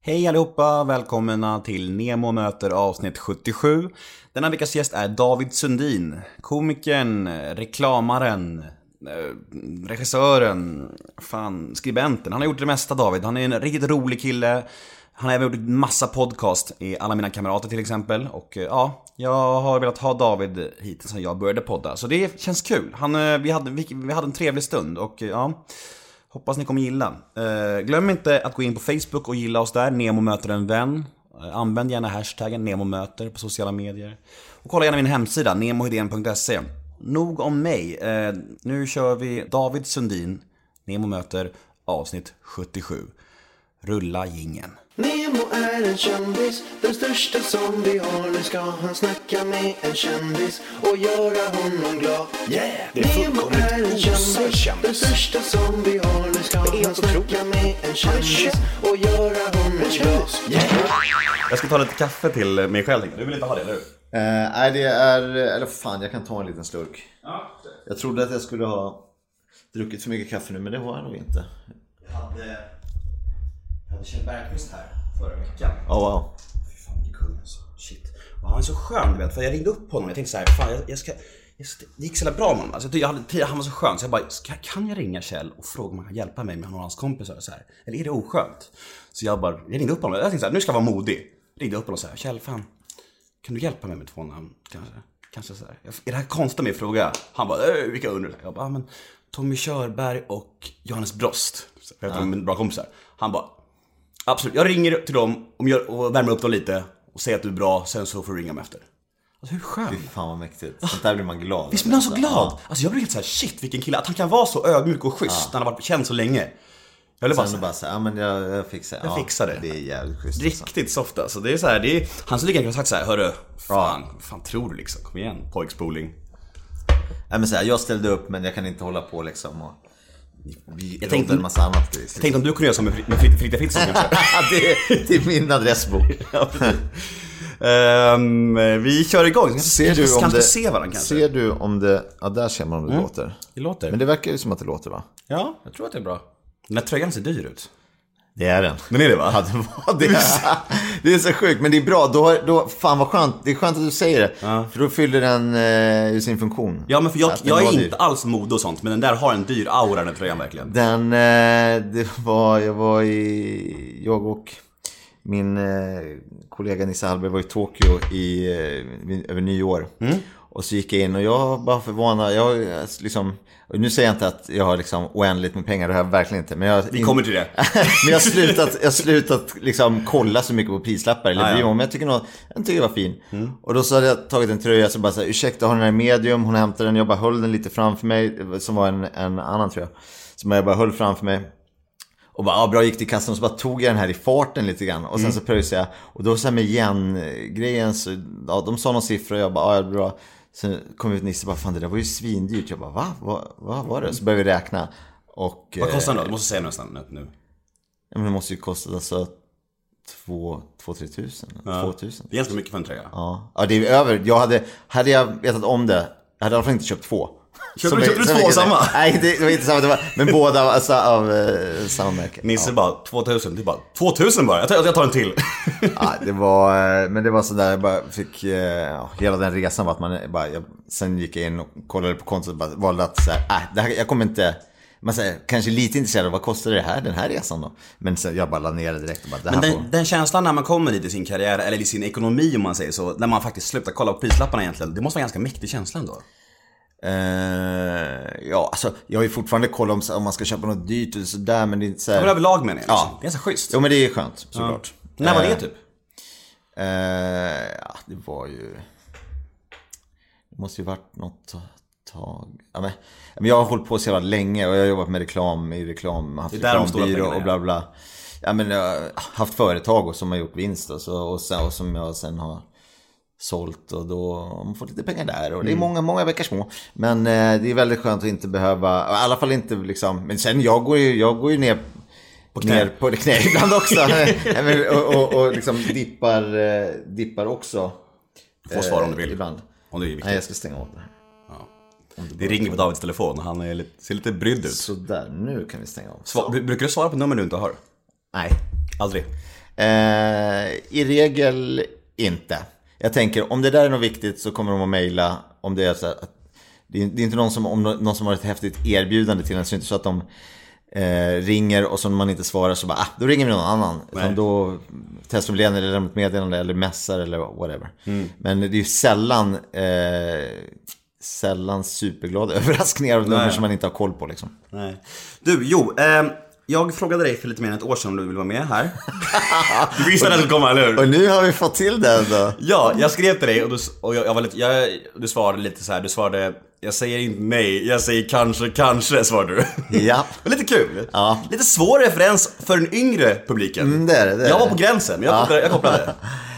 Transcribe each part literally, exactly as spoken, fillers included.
Hej allihopa, välkomna till Nemo möter avsnitt sjuttiosju. Denna veckas gäst är David Sundin, komikern, reklamaren, regissören, fan, skribenten. Han har gjort det mesta, David. Han är en riktigt rolig kille. Han har även gjort en massa podcast i Alla mina kamrater till exempel. Och ja, jag har velat ha David hit sedan jag började podda. Så det känns kul. Han, vi, hade, vi, vi hade en trevlig stund och ja... Hoppas ni kommer gilla. Uh, glöm inte att gå in på Facebook och gilla oss där. Nemo möter en vän. Uh, använd gärna hashtaggen Nemo möter på sociala medier. Och kolla gärna min hemsida nemohedén punkt se. Nog om mig. Uh, nu kör vi David Sundin. Nemo möter avsnitt sjuttiosju. Rulla jingeln. Nemo är en kändis, den största som vi har. Nu ska han snacka med en kändis och göra honom glad. Yeah! Det är Nemo är en kändis, den största som vi har. Nu ska han snacka med en kändis och göra honom glad. Yeah! Jag ska ta lite kaffe till mig själv. Du vill inte ha det, eller hur? Uh, nej, det är... Eller fan, jag kan ta en liten slurk. Ja. Jag trodde att jag skulle ha druckit för mycket kaffe nu, men det har jag nog inte. Jag hade... Jag hade Kjell Bergqvist här förra veckan. Oh, wow. Fy fan, vilken kung alltså. Shit. Och han är så skön, du vet. För jag ringde upp honom. Jag tänkte så här, fan, jag, jag ska... Jag ska det gick så bra med honom. Alltså, jag hade, han var så skön. Så jag bara, ska, kan jag ringa Kjell och fråga om han kan hjälpa mig med några av hans kompisar? Så här? Eller är det oskönt? Så jag bara, jag ringde upp honom. Jag tänkte så här, nu ska jag vara modig. Jag ringde upp honom och sa, Kjell, fan, kan du hjälpa mig med två namn? Kanske, kanske så här. Är det här konstigt med fråga? Han bara, äh, vilka undrar? Jag bara, men Tommy Körberg och Johannes Brost. Jag vet, ja. Min bra kompisar. Han bara, absolut, jag ringer till dem och värmer upp dem lite och säger att du är bra, sen så får du ringa mig efter. Alltså hur skönt. Fy fan vad mäktigt. Sånt där blir man glad. Visst blir han så glad. Ja. Alltså jag blir helt så här, shit vilken kille. Att han kan vara så ödmjuk och schysst, ja. När han har varit känd så länge. Jag vill bara säga, bara säga, ja men jag, jag fixar jag ja, fixar det. Det är jävligt schysst. Riktigt soft alltså. Det är så här, det är han som lika gärna sagt så här, hörru, fan, ja. fan tror du liksom? Kom igen, pojkspoling. Ja men så här, jag ställde upp men jag kan inte hålla på liksom och vi jag tänkte en massa annat. Jag tänkte om du kunde göra som med Frida Fritzson kanske. det, är, det är min adressbok. Um, vi kör igång. Ser du om det, se varandra, kanske. Ser du om det... Ja, där ser man om det mm. låter. Det låter. Men det verkar ju som att det låter, va? Ja, jag tror att det är bra. Den här tröjan ser dyr ut. Det är den. Men är det, va? Ja, det, var det. Det är så sjukt, men det är bra. Då, då, fan vad skönt. Det är skönt att du säger det. Ja. För då fyller den eh, sin funktion. Ja, men för jag, jag är inte dyr. Alls mode och sånt. Men den där har en dyr aura, den tröjan verkligen. Den, eh, det var... Jag var i... Jag och... Min eh, kollega Nisse Hallberg var i Tokyo i, eh, över nyår. Mm. Och så gick jag in och jag bara förvånad. Jag liksom, och nu säger jag inte att jag har liksom oändligt med pengar, det har jag verkligen inte. Men jag, Vi kommer till det. men jag har slutat, jag har slutat liksom kolla så mycket på prislappar. Eller ah, ja. Men jag tycker nog, jag tycker det var fin. Mm. Och då så hade jag tagit en tröja så bara så här, ursäkta, har den här medium? Hon hämtade den, jag bara höll den lite framför mig. Som var en, en annan tröja. Som jag bara höll framför mig. Och bara, ja, bra, gick till kassan och så bara tog jag den här i farten lite grann. Och sen mm. så pröjsade jag. Och då så här med igen-grejen så, ja, de sa någon siffra och jag bara, ja, bra. Sen kom vi ut Nisse och bara, fan det där var ju svindyrt. Jag bara, va? Vad va, var det? Så började vi räkna. Och, vad kostar det då? Du måste säga nästan nu. Ja, men det måste ju kosta alltså två, två, tre tusen. Ja. Två tusen. Det är ganska mycket för en tröja. Ja. Ja, det är över. Jag hade, hade jag vetat om det, jag hade i alla fall inte köpt två. Köpte du, köpte du två samma? Nej, det, det var inte samma, det var, men båda alltså, av uh, samma märke. Nisse ja. Bara, tvåtusen, det bara, tvåtusen bara, jag tar, jag tar en till. Ja, det var, men det var sådär, jag bara fick, ja, hela den resan var att man bara, jag, sen gick jag in och kollade på kontot och bara valde att såhär, äh, det här, jag kommer inte, man säger, kanske lite intresserad av vad kostar det här, den här resan då? Men så jag bara la ner det direkt och bara, det men här den, den känslan när man kommer dit i sin karriär, eller i sin ekonomi om man säger så, när man faktiskt slutar kolla på prislapparna egentligen, det måste vara en ganska mäktig känsla ändå. Uh, ja, alltså jag har ju fortfarande koll om, om man ska köpa något dyrt eller sådär, men det är inte så här... Ja, men överlag med det, liksom. Ja. Det är så schysst. Jo, men det är skönt, såklart. Ja. När var det typ? Uh, ja, det var ju... Det måste ju varit något tag... Ja, men, men jag har hållit på så jävla länge och jag har jobbat med reklam i reklam, haft reklambyrå och bla bla. Ja, men jag har haft företag och som har gjort vinst och, så, och, sen, och som jag sen har... sålt och då har man fått lite pengar där och det är många, många veckor små, men eh, det är väldigt skönt att inte behöva, i alla fall inte liksom, men sen jag går ju, jag går ju ner på knä, ner på det knä ibland också och, och, och liksom dippar eh, dippar också få svar om du vill eh, ibland. Om det är viktigt. Nej, jag ska stänga av det här. Ja. Det ringer på Davids telefon och han är lite, ser lite brydd ut. Så där, nu kan vi stänga av. Svar, brukar du svara på nummer du inte har? Nej. Aldrig? Eh, I regel inte. Jag tänker, om det där är något viktigt så kommer de att mejla. Om det är så att det är, det är inte någon som, om någon som har ett häftigt erbjudande till en, så är det inte så att de eh, ringer och så när man inte svarar så bara, ah, då ringer vi någon annan. Utan då testar vi eller lämnar ett meddelande eller mässar eller whatever. Mm. Men det är ju sällan eh, sällan superglada överraskningar av nummer som man inte har koll på liksom. Nej. Du, jo, eh, jag frågade dig för lite mer än ett år sedan om du vill vara med här. Du visste att det skulle komma, eller hur? Och nu har vi fått till det då. Ja, jag skrev till dig och, du, och jag, jag var lite, jag, du svarade lite så här. Du svarade, jag säger inte nej, jag säger kanske, kanske, svarade du. Ja. Det var lite kul. Ja. Lite svår referens för den yngre publiken. Mm, det är det, det är jag var på gränsen, men jag kopplade, jag kopplade.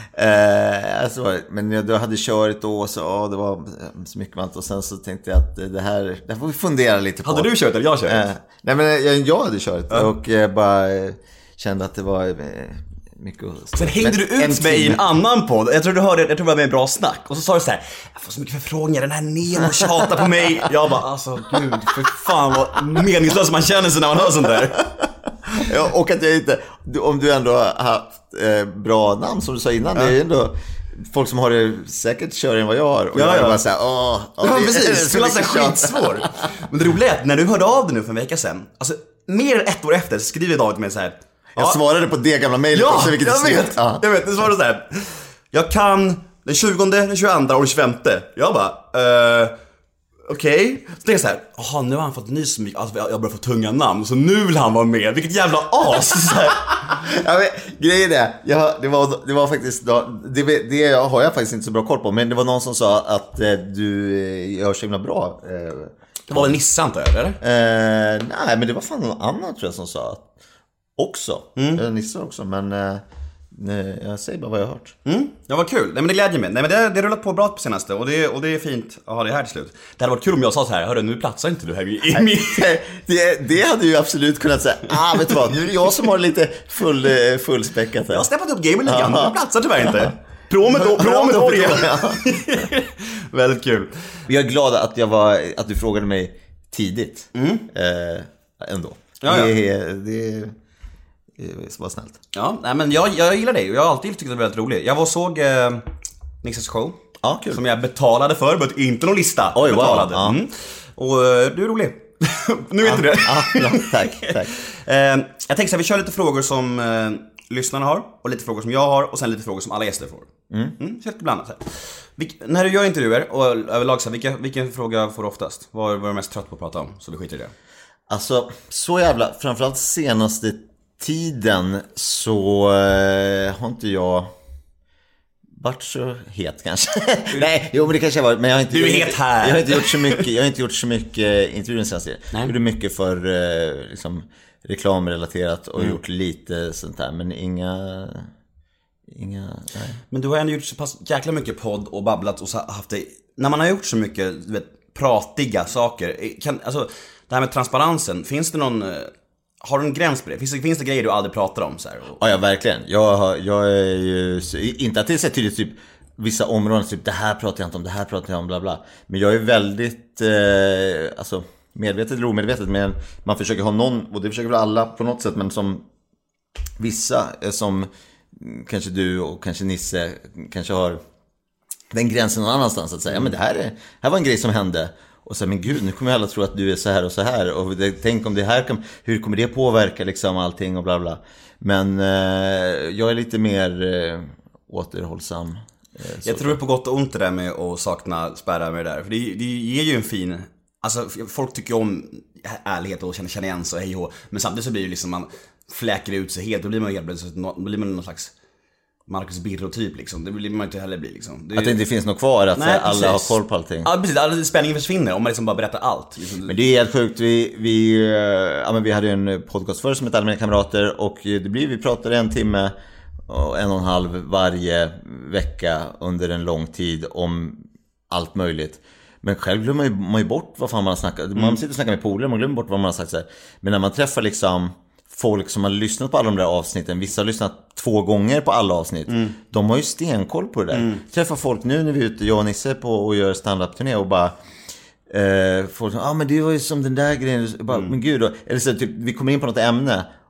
Eh, alltså, men jag, jag hade kört då så åh, det var så mycket man, och sen så tänkte jag att det här, det här får vi fundera lite på. Hade du kört eller jag kört? Eh, nej men jag, jag hade kört ja. Och eh, bara eh, kände att det var eh, mycket att... Sen hängde du ut mig i en annan podd. Jag tror du hörde, jag tror det var med en bra snack. Och så sa du så här: jag får så mycket förfrågningar, den här Nemo tjatar på mig. Jag bara, alltså gud, för fan vad meningslöst man känner sig när man hör sånt där. Ja, och att jag inte, om du ändå har haft eh, bra namn som du sa innan, ja. Det är ju ändå folk som har det säkert kör än vad jag har. Och ja, jag ja. bara såhär, åh, åh ja, precis, det skulle vara skitsvår. Men det roliga är att när du hörde av dig nu för en vecka sedan, alltså mer än ett år efter, så skriver David med så här. Jag ja, svarade på det gamla mejlet ja, också, vilket jag vet, ja. jag vet, det svarade så här. Jag kan den tjugonde, den tjugoandra och den tjugofemte. Jag bara, eh okej, okay. Så det är så här, jaha, nu har han fått ny så mycket, alltså jag börjar få tunga namn, så nu vill han vara med, vilket jävla as. Så här. Ja, men, grejen är, jag, det, var, det var faktiskt, det, det har jag faktiskt inte så bra koll på, men det var någon som sa att eh, du gör så himla bra. Eh, det var väl Nisse antar jag, eller? Eh, nej, men det var fan någon annan tror jag som sa också, mm. eh, Nisse också, men... Eh, nej, jag säger bara vad jag har hört. Mm, det var kul. Nej, men det glädjer mig. Nej, men det, det rullat på bra på senaste. Och det, och det är fint att ha det här till slut. Det hade varit kul om jag sa så här: hörru, nu platsar inte du här i, i min... det, det hade ju absolut kunnat säga. Ah, vet du vad, nu är det jag som har lite full, fullspäckat här. Jag har steppat upp gamen lite grann. Jag platsar tyvärr inte. Promet, promet Orgen. Väldigt kul. Jag är glad att, jag var, att du frågade mig tidigt. Mm. Eh, ändå. Ja, ja. Det, det Det var snällt. Ja, nej, men jag, jag gillar dig och jag har alltid tyckt att det var väldigt roligt. Jag var och såg eh, Nixes show. Ja, kul. Som jag betalade för, men inte någon lista. Oj, wow. Betalade. Ja. Mm. Och eh, du är rolig. Nu vet ja, du det. Ja, ja, tack, tack. eh, jag tänkte så här, vi kör lite frågor som eh, lyssnarna har, och lite frågor som jag har, och sen lite frågor som alla gäster får. Mm. Mm, så lite blandat här. Vil- när du gör intervjuer och överlag så här, vilka, vilken fråga får du oftast? Vad var du mest trött på att prata om? Så vi skiter i det. Alltså, så jävla, framförallt senaste tiden så eh, har inte jag varit så het kanske. Nej, jo men det kanske jag var, men jag har inte Du är het här. Jag har inte gjort så mycket, jag har inte gjort så mycket intervjuer senaste tiden. Jag gjorde mycket för eh, liksom reklamrelaterat och mm. gjort lite sånt där, men inga inga nej. Men du har ändå gjort så pass jäkla mycket podd och babblat och så haft det, när man har gjort så mycket, du vet, pratiga saker, kan, alltså det här med transparensen, finns det någon, har du en gräns på det? Finns det, finns det grejer du aldrig pratar om så här? Ja, ja, verkligen. Jag, har, jag är ju, inte att det är så tydligt typ vissa områden, typ det här pratar jag inte om, det här pratar jag om, bla bla. Men jag är väldigt, eh, alltså medvetet eller omedvetet, men man försöker ha någon, och det försöker väl alla på något sätt, men som vissa, som kanske du och kanske Nisse kanske har den gränsen någon annanstans att säga, ja men det här, är, här var en grej som hände. Och så men gud, nu kommer alla tro att du är så här och så här. Och det, tänk om det här kan, hur kommer det påverka liksom allting och bla bla. Men eh, jag är lite mer eh, återhållsam. Eh, jag tror det är på gott och ont det där med att sakna spärrar med det där. För det, det ger ju en fin, alltså folk tycker om ärlighet och känner, känner igen sig, hej och, men samtidigt så blir det liksom, man fläker ut sig helt. Då blir man helt plötsligt, då blir man någon slags Marcus Birro typ liksom. Det vill man inte heller bli liksom. Det är... Att det inte finns något kvar, att nej, alla har koll på allting. Ja, precis. All spänningen försvinner om man liksom bara berättar allt. Liksom. Men det är helt sjukt. Vi, vi, ja, men vi hade en podcast förr som hette Alla mina kamrater. Och det blir, vi pratade en timme och en och en halv varje vecka under en lång tid om allt möjligt. Men själv glömmer man ju bort vad fan man har snackat. Mm. Man sitter och snackar med polare, man glömmer bort vad man har sagt så här. Men när man träffar liksom folk som har lyssnat på alla de där avsnitten, vissa har lyssnat två gånger på alla avsnitt, mm. de har ju stenkoll på det där. Mm. Träffar folk nu när vi är ute, jag och Nisse på och gör stand-up-turné och bara eh, folk som, ja ah, men det var ju som den där grejen, bara, mm. men gud då. Eller så typ, vi kommer in på något ämne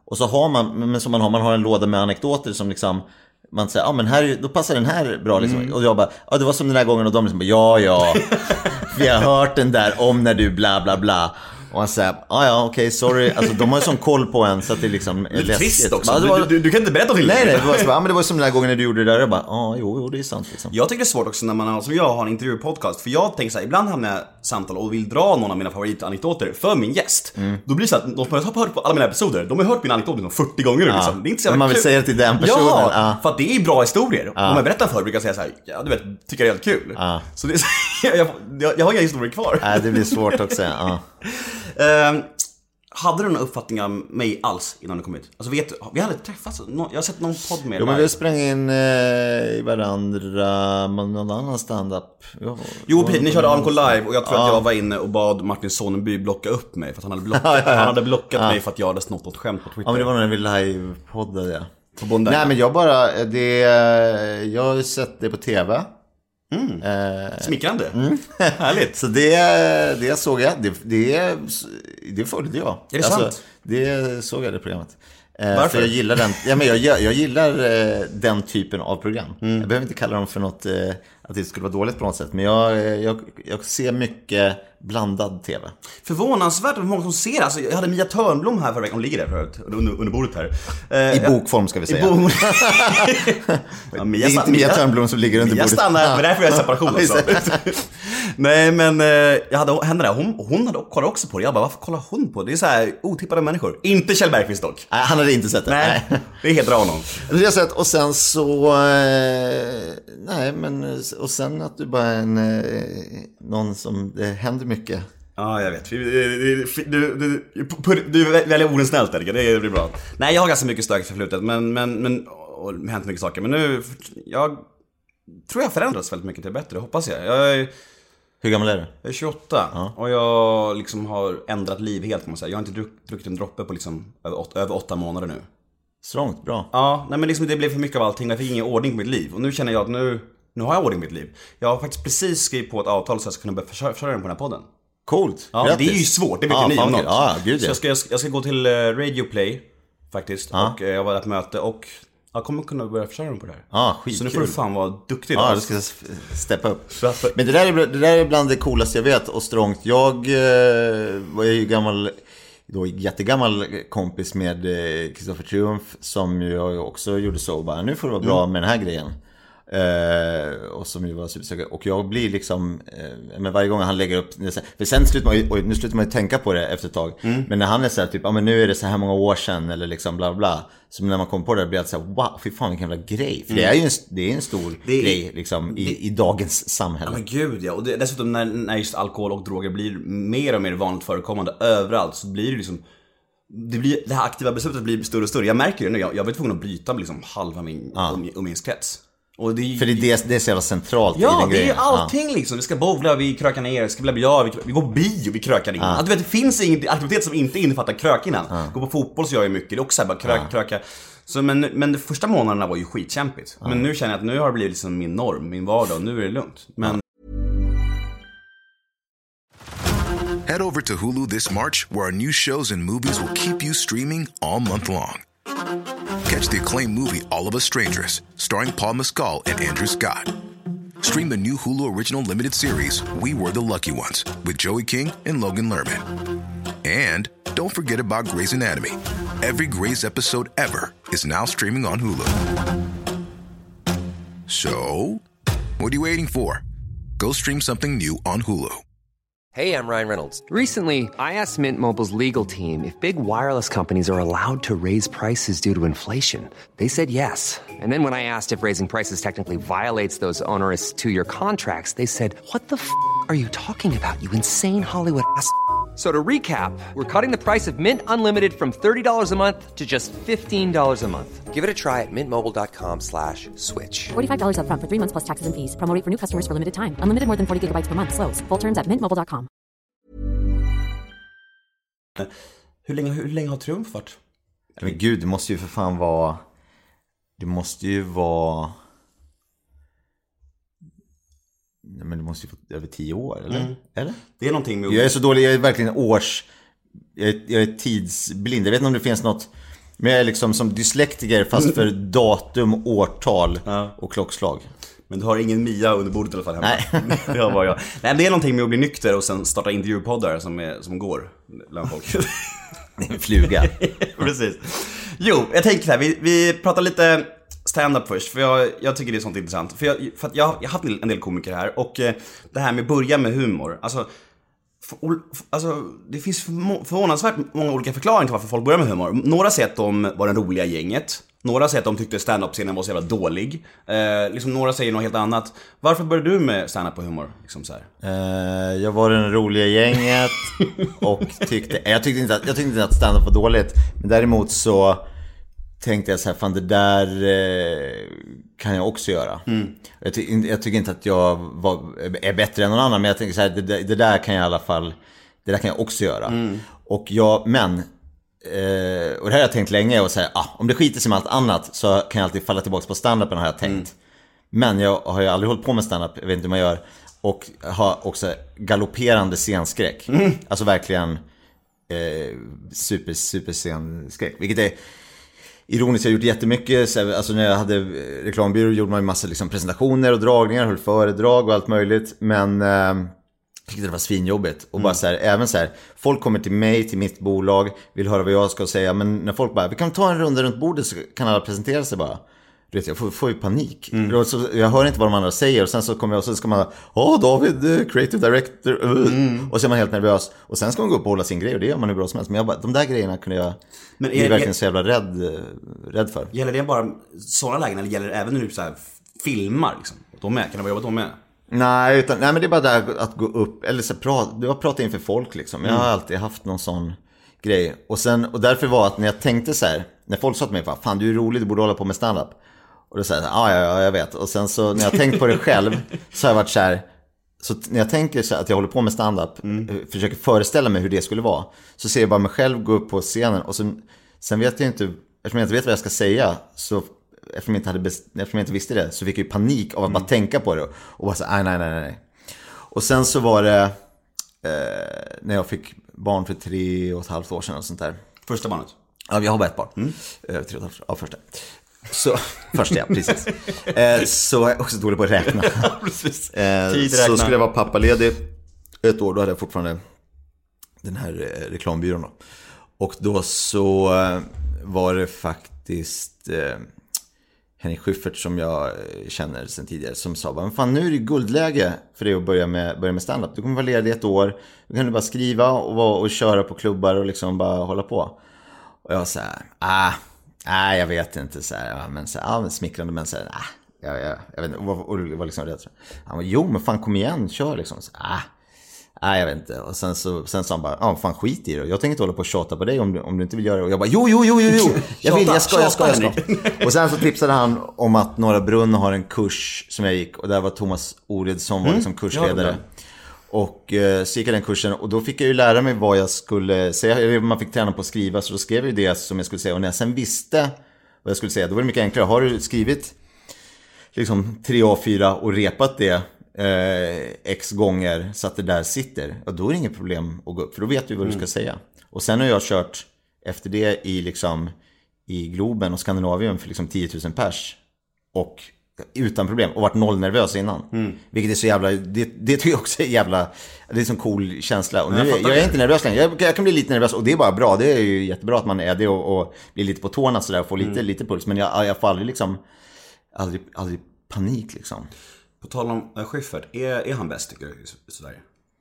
Och så har man, men som man har, man har en låda med anekdoter som liksom man säger, ja ah, men här, då passar den här bra liksom. Mm. Och jag bara, ja ah, det var som den här gången och de liksom bara, ja ja vi har hört den där om när du bla bla bla. Och han säger, ah, ja okej, okay, sorry. Alltså de har ju sån koll på en så att det liksom är läskigt. Trist också, alltså, var... du, du, du kan inte berätta till nej, nej, det var så, ja, men det var som den här gången när du gjorde det där. Jag bara, ja ah, jo, jo, det är sant liksom. Jag tycker det är svårt också när man har, som jag har en intervjupodcast. För jag tänker så här, ibland hamnar jag samtal och vill dra någon av mina favoritanekdoter för min gäst. Mm. Då blir det så att de som har hört på alla mina episoder, de har hört mina anekdoter fyrtio gånger nu ja. liksom. Det är inte så men man vill kul. säga det till den personen. Ja, ja. för att det är bra historier. Ja. Om jag berättar för brukar jag säga så här, ja du vet, tycker det är helt kul. Ja. Så det är, jag, jag, jag har inga historier kvar. Nej, det blir svårt också. Ja. um, Hade du någon uppfattning om mig alls innan du kom ut? Alltså vet, vi hade träffats, jag har sett någon podd med jo, men vi sprang in eh, i varandra med någon annan stand-up. Jo, jo precis, ni körde A M K live och jag tror ja. att jag var inne och bad Martin Sonneby blocka upp mig för att han hade blockat, ja, ja, ja. Han hade blockat ja. mig för att jag hade snott något skämt på Twitter. Ja, men det var när vi live-poddade, ja. På Bonden. Nej, men jag bara, det, jag har ju sett det på tv. Mm. Eh, Smickrande. Mm. Härligt. Så det, det såg jag. Det, det, det följde jag. Är det alltså, sant? Det såg jag det programmet. Eh, Varför? För jag gillar den, ja, men jag, jag gillar eh, den typen av program. Mm. Jag behöver inte kalla dem för något, eh, att det skulle vara dåligt på något sätt. Men jag, jag, jag ser mycket blandad tv. Förvånansvärt hur många som ser. Alltså, jag hade Mia Törnblom här förra veckan. Hon ligger där förut, under, under bordet här. Eh, I bokform ska vi säga. I bo- ja, Mia, det är inte Mia Törnblom som ligger under Mia bordet. Jag stannar, men därför är jag separation också. Nej, men eh, jag hade henne där. Hon, hon hade kollat också på det. Jag bara, varför kollar hon på det? Det är så här otippade människor. Inte Kjell Bergqvist dock. Nej, han hade inte sett det. Nej, nej. Det är helt bra honom. Det har jag sett. Och sen så... Eh, nej, men... Och sen att du bara är en... Eh, någon som... Det händer mycket. Ja, jag vet. Du, du, du, du väljer orden snällt, Erika. Det blir bra. Nej, jag har ganska mycket stök förflutet. Men, men, men... Och det har hänt mycket saker. Men nu... Jag tror jag förändrats väldigt mycket till bättre. Hoppas jag. Jag är... Hur gammal är du? Jag är tjugoåtta. Ja. Och jag liksom har ändrat liv helt, kan man säga. Jag har inte druck, druckit en droppe på liksom över, åt, över åtta månader nu. Strångt, bra. Ja, nej men liksom det blev för mycket av allting. Jag fick ingen ordning på mitt liv. Och nu känner jag att nu, nu har jag ordning på mitt liv. Jag har faktiskt precis skrivit på ett avtal så att jag ska kunna börja försörja, försörja den på den här podden. Coolt, ja, grattis. Det är ju svårt, det vet ja, ju ni om något. Ja, gud, så jag ska, jag, ska, jag ska gå till uh, Radio Play faktiskt. Ja. Och uh, jag var där på möte och jag kommer kunna börja försörja dem på det här. Ja, skitkul. Så nu får du fan vara duktig. Ja, du ska steppa upp. Men det där, är, det där är bland det coolaste jag vet. Och strångt. Jag eh, var ju gammal, då jättegammal kompis med Kristoffer Triumf. Som jag också gjorde så. Bara, nu får det vara bra mm. med den här grejen. Uh, och som ju var supersökare. Och jag blir liksom uh, men varje gång han lägger upp, för sen slutar man ju, oj, nu slutar man ju tänka på det efter ett tag. Mm. Men när han är så här, typ, ja men nu är det så här många år sedan eller liksom bla bla. Så när man kommer på det blir det så här, wow, fy fan vilken jävla grej. För mm. det är ju en, det är en stor det, grej liksom i, det, i dagens samhälle. Ja men gud ja, och det, dessutom när, när just alkohol och droger blir mer och mer vanligt förekommande överallt, så blir det liksom det, blir, det här aktiva beslutet blir större och större. Jag märker det nu, jag, jag var tvungen att bryta liksom halva min ja. um, umgängeskrets. Och det är, för det är, det, det är så jävla centralt ja, i den grejen. Ja, det är allting ja. liksom. Vi ska bowla, vi krökar ner, vi ska bli ja, vi, vi går på bio, vi krökar in. Ja. Du vet, det finns ingen aktivitet som inte innefattar krök innan. Ja. Gå på fotboll så gör jag mycket, det är också bara krök, ja. kröka. Så, men, men de första månaderna var ju skitkämpigt. Ja. Men nu känner jag att nu har det blivit liksom min norm, min vardag, och nu är det lugnt. Men... Head over to Hulu this March, where our new shows and movies will keep you streaming all month long. Catch the acclaimed movie All of Us Strangers, starring Paul Mescal and Andrew Scott. Stream the new Hulu original limited series We Were the Lucky Ones with Joey King and Logan Lerman. And don't forget about Grey's Anatomy. Every Grey's episode ever is now streaming on Hulu. So, what are you waiting for? Go stream something new on Hulu. Hey, I'm Ryan Reynolds. Recently, I asked Mint Mobile's legal team if big wireless companies are allowed to raise prices due to inflation. They said yes. And then when I asked if raising prices technically violates those onerous two-year contracts, they said, what the f*** are you talking about, you insane Hollywood ass f- So to recap, we're cutting the price of Mint Unlimited from thirty dollars a month to just fifteen dollars a month. Give it a try at mintmobile.com slash switch. forty-five dollars up front for three months plus taxes and fees. Promo rate for new customers for limited time. Unlimited more than forty gigabytes per month. Slows full terms at mint mobile dot com. Hur länge, hur länge har Triumf varit? Men gud, det måste ju för fan vara... Det måste ju vara... Nej, men det måste ju vara över tio år, eller? Mm. Eller? Det är någonting med... Jag är så dålig, jag är verkligen års... Jag är, jag är tidsblind. Jag vet inte om det finns något... Men jag är liksom som dyslektiker fast för datum, årtal ja. och klockslag. Men du har ingen Mia under bordet i alla fall hemma. Nej. det, har bara jag. Nej, det är någonting med att bli nykter och sen starta intervjupoddar som, är, som går bland folk. Det är en fluga. Precis. Jo, jag tänker så här, vi, vi pratar lite stand-up först. För jag, jag tycker det är sånt intressant. För jag, för att jag, jag har haft en del komiker här. Och eh, det här med att börja med humor. Alltså, för, alltså det finns förvånansvärt många olika förklaringar till varför folk börjar med humor. Några säger att de var den roliga gänget. Några säger att de tyckte stand-up-scenen var så jävla dålig. Eh, liksom några säger något helt annat. Varför började du med stand-up och humor? Liksom så här? Eh, jag var den roliga gänget. Och tyckte, jag tyckte inte att, jag tyckte inte att stand-up var dåligt. Men däremot så tänkte jag så här, fan det där eh, kan jag också göra. Mm. Jag, ty, jag tycker inte att jag var, är bättre än någon annan. Men jag tänker så här, det, det där kan jag i alla fall, det där kan jag också göra. Mm. Och jag, men... Uh, och det här har jag tänkt länge och säga, ah, om det skiter sig med allt annat så kan jag alltid falla tillbaka på stand-upen, har jag tänkt. Mm. Men jag har ju aldrig hållit på med stand-up, jag vet inte hur man gör. Och har också galopperande scenskräck. Mm. Alltså verkligen eh, super, super scenskräck. Vilket är ironiskt, jag har gjort jättemycket. Alltså när jag hade reklambyrå gjorde man ju massa liksom, presentationer och dragningar, höll föredrag och allt möjligt. Men... Eh, jag tyckte det var svinjobbigt. Och bara så här, även så här, folk kommer till mig, till mitt bolag, vill höra vad jag ska säga. Men när folk bara, vi kan ta en runda runt bordet så kan alla presentera sig bara. Du vet, jag får, får ju panik. Mm. Så jag hör inte vad de andra säger. Och sen så kommer jag och så ska man, åh David, creative director. Uh. Mm. Och så är man helt nervös. Och sen ska man gå upp och hålla sin grej. Och det gör man hur bra som helst. Men jag bara, de där grejerna kunde jag men är, bli verkligen så jävla rädd, rädd för. Gäller det bara sådana lägen? Eller gäller det även när du så här filmar? Liksom? De med, kan det vara jobbat de med? Nej, utan, nej men det är bara där att gå upp. Eller så prata, du har pratat inför folk liksom. Jag har mm. alltid haft någon sån grej. Och, sen, och därför var att när jag tänkte så här, när folk sa till mig, fan du är rolig, du borde hålla på med stand-up. Och då sa jag, ah, ja, ja, jag vet. Och sen så när jag tänkt på det själv så har jag varit så här, så när jag tänker så att jag håller på med stand-up, mm. försöker föreställa mig hur det skulle vara, så ser jag bara mig själv gå upp på scenen. Och sen, sen vet jag inte, eftersom jag inte vet vad jag ska säga, så eftersom jag inte, hade best, eftersom jag inte visste det, så fick jag ju panik av att mm. bara tänka på det. Och bara så, nej, nej, nej, nej. Och sen så var det eh, när jag fick barn för tre och ett halvt år sedan och sånt där. Första barnet? Ja, jag har bara ett barn. Mm. Eh, tre och ett halvt, ja, första. Så, första, ja, precis. Eh, så jag är också dålig på att räkna. Ja, precis. Eh, så skulle jag vara pappaledig ett år, då hade jag fortfarande den här eh, reklambyrån då. Och då så eh, var det faktiskt... Eh, Henrik Schyffert som jag känner sedan tidigare som sa, men fan nu är det guldläge för dig att börja med, börja med stand-up. Du kommer vara ledig ett år, du kan bara skriva och, och köra på klubbar och liksom bara hålla på. Och jag var så här, ah, nej jag vet inte så här, ja, men så här, ja, smickrande men så här, ah, jag, jag, jag vet inte, och, och var liksom rädd. Han var, jo men fan kom igen, kör liksom. Så, ah, nej jag vet inte. Och sen så sen sa han bara, ja fan skit i det. Jag tänker inte hålla på och tjata på dig om du, om du inte vill göra det. Och jag bara, jo jo jo jo jo. Jag vill, jag ska, jag ska, jag ska. Och sen så tipsade han om att Norra Brunn har en kurs som jag gick. Och där var Thomas Oredsson var liksom kursledare. Och eh, så gick jag den kursen. Och då fick jag ju lära mig vad jag skulle säga. Man fick träna på att skriva. Så då skrev jag ju det som jag skulle säga. Och när jag sen visste vad jag skulle säga, då var det mycket enklare. Har du skrivit liksom tre A fyra och repat det Eh, x gånger så att det där sitter, och då är det inget problem att gå upp, för då vet du vad du ska säga. Och sen har jag kört efter det i liksom i Globen och Skandinavien för liksom tio tusen pers och utan problem, och varit noll nervös innan. Mm. Vilket är så jävla, det, det tycker jag också är jävla, det är en sån cool känsla. Och nu, jag, jag är inte nervös längre, jag, jag kan bli lite nervös och det är bara bra, det är ju jättebra att man är det och, och blir lite på tårna sådär och får lite, mm. lite puls, men jag, jag får aldrig liksom aldrig, aldrig panik liksom. På tal om uh, Schyffert, är, är han bäst tycker du i Sverige?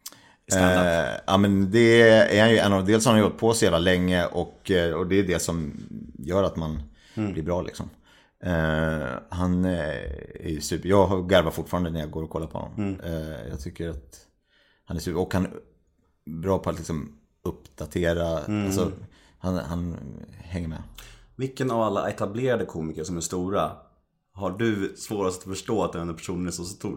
Eh, ja men det är han ju en av, dels har han gjort på sig jävla länge och, och det är det som gör att man mm. blir bra liksom. Eh, han är ju super, jag garvar fortfarande när jag går och kollar på honom. Mm. Eh, jag tycker att han är super, och han är bra på att liksom uppdatera, mm. alltså, han, han hänger med. Vilken av alla etablerade komiker som är stora har du svårast att förstå att den personen är så stor?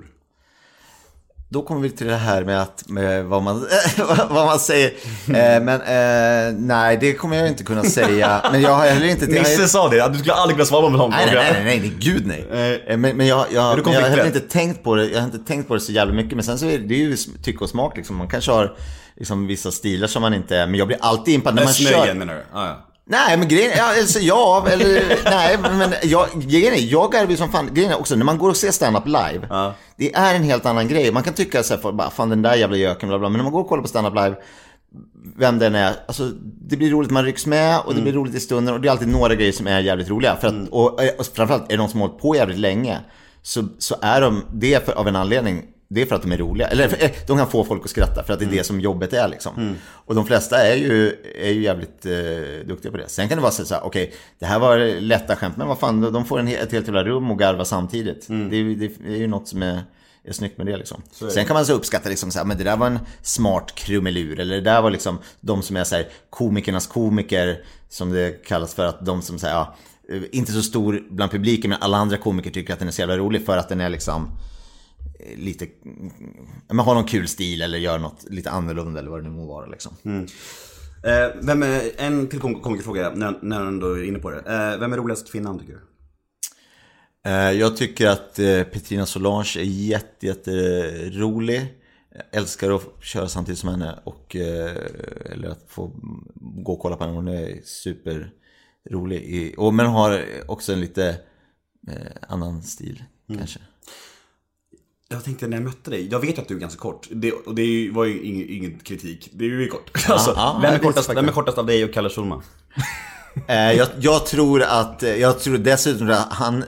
Då kommer vi till det här med, att, med vad, man, vad man säger. Eh, men eh, nej, det kommer jag inte kunna säga. Men jag har heller inte... Nisse jag, sa det, att du skulle aldrig kunna svara på honom. Nej, nej, nej, nej, nej, gud nej. Eh, men, men jag, jag, men jag har heller inte tänkt på det. Jag har inte tänkt på det så jävla mycket. Men sen så är det, det är ju tycke och smak liksom. Man kanske har liksom, vissa stilar som man inte... Men jag blir alltid impad när man smögen, kör... menar du? Ah, ja. Nej, men grejen ja, alltså, ja, eller nej, men jag, grejen är, jag är som fan, grejen är också, när man går och ser stand-up live, ja. Det är en helt annan grej. Man kan tycka så här, för, bara, fan den där jävla göken, bla bla, men när man går och kollar på stand-up live, vem den är, alltså det blir roligt, man rycks med och det mm. blir roligt i stunden och det är alltid några grejer som är jävligt roliga för att, mm. och, och framförallt är det de som har hållit på jävligt länge så, så är de det för, av en anledning. Det är för att de är roliga. Eller för, de kan få folk att skratta för att det är mm. det som jobbet är liksom. Mm. Och de flesta är ju, är ju jävligt eh, duktiga på det. Sen kan det vara så här, okej, okay, det här var lätta skämt, men vad fan, de får en, ett helt jävla rum och garva samtidigt. Mm. Det, det, det är ju något som är, är snyggt med det liksom. Sen kan man så uppskatta liksom så här, men det där var en smart krumelur. Eller det där var liksom de som är så här, komikernas komiker, som det kallas för, att de som säger, ja, inte så stor bland publiken, men alla andra komiker tycker att den är så jävla rolig för att den är liksom lite, man har någon kul stil eller gör något lite annorlunda eller vad det nu må vara liksom. Mm. Eh, vem är, en till komikerfråga när, när du ändå är inne på det. Eh, vem är roligast kvinnan tycker du? Eh, jag tycker att eh, Petrina Solange är jätte, jätte rolig. Jag älskar att köra samtidigt som henne och eh, eller att få gå och kolla på henne. Hon är super rolig i, och, men har också en lite eh, annan stil mm. kanske. Jag tänkte när jag mötte dig, jag vet att du är ganska kort det, och det var ju ingen, ingen kritik. Det är ju kort ja, alltså, ja, vem, är kortast, vem är kortast av dig och Kalle Schulman? eh, jag, jag tror att jag tror dessutom att han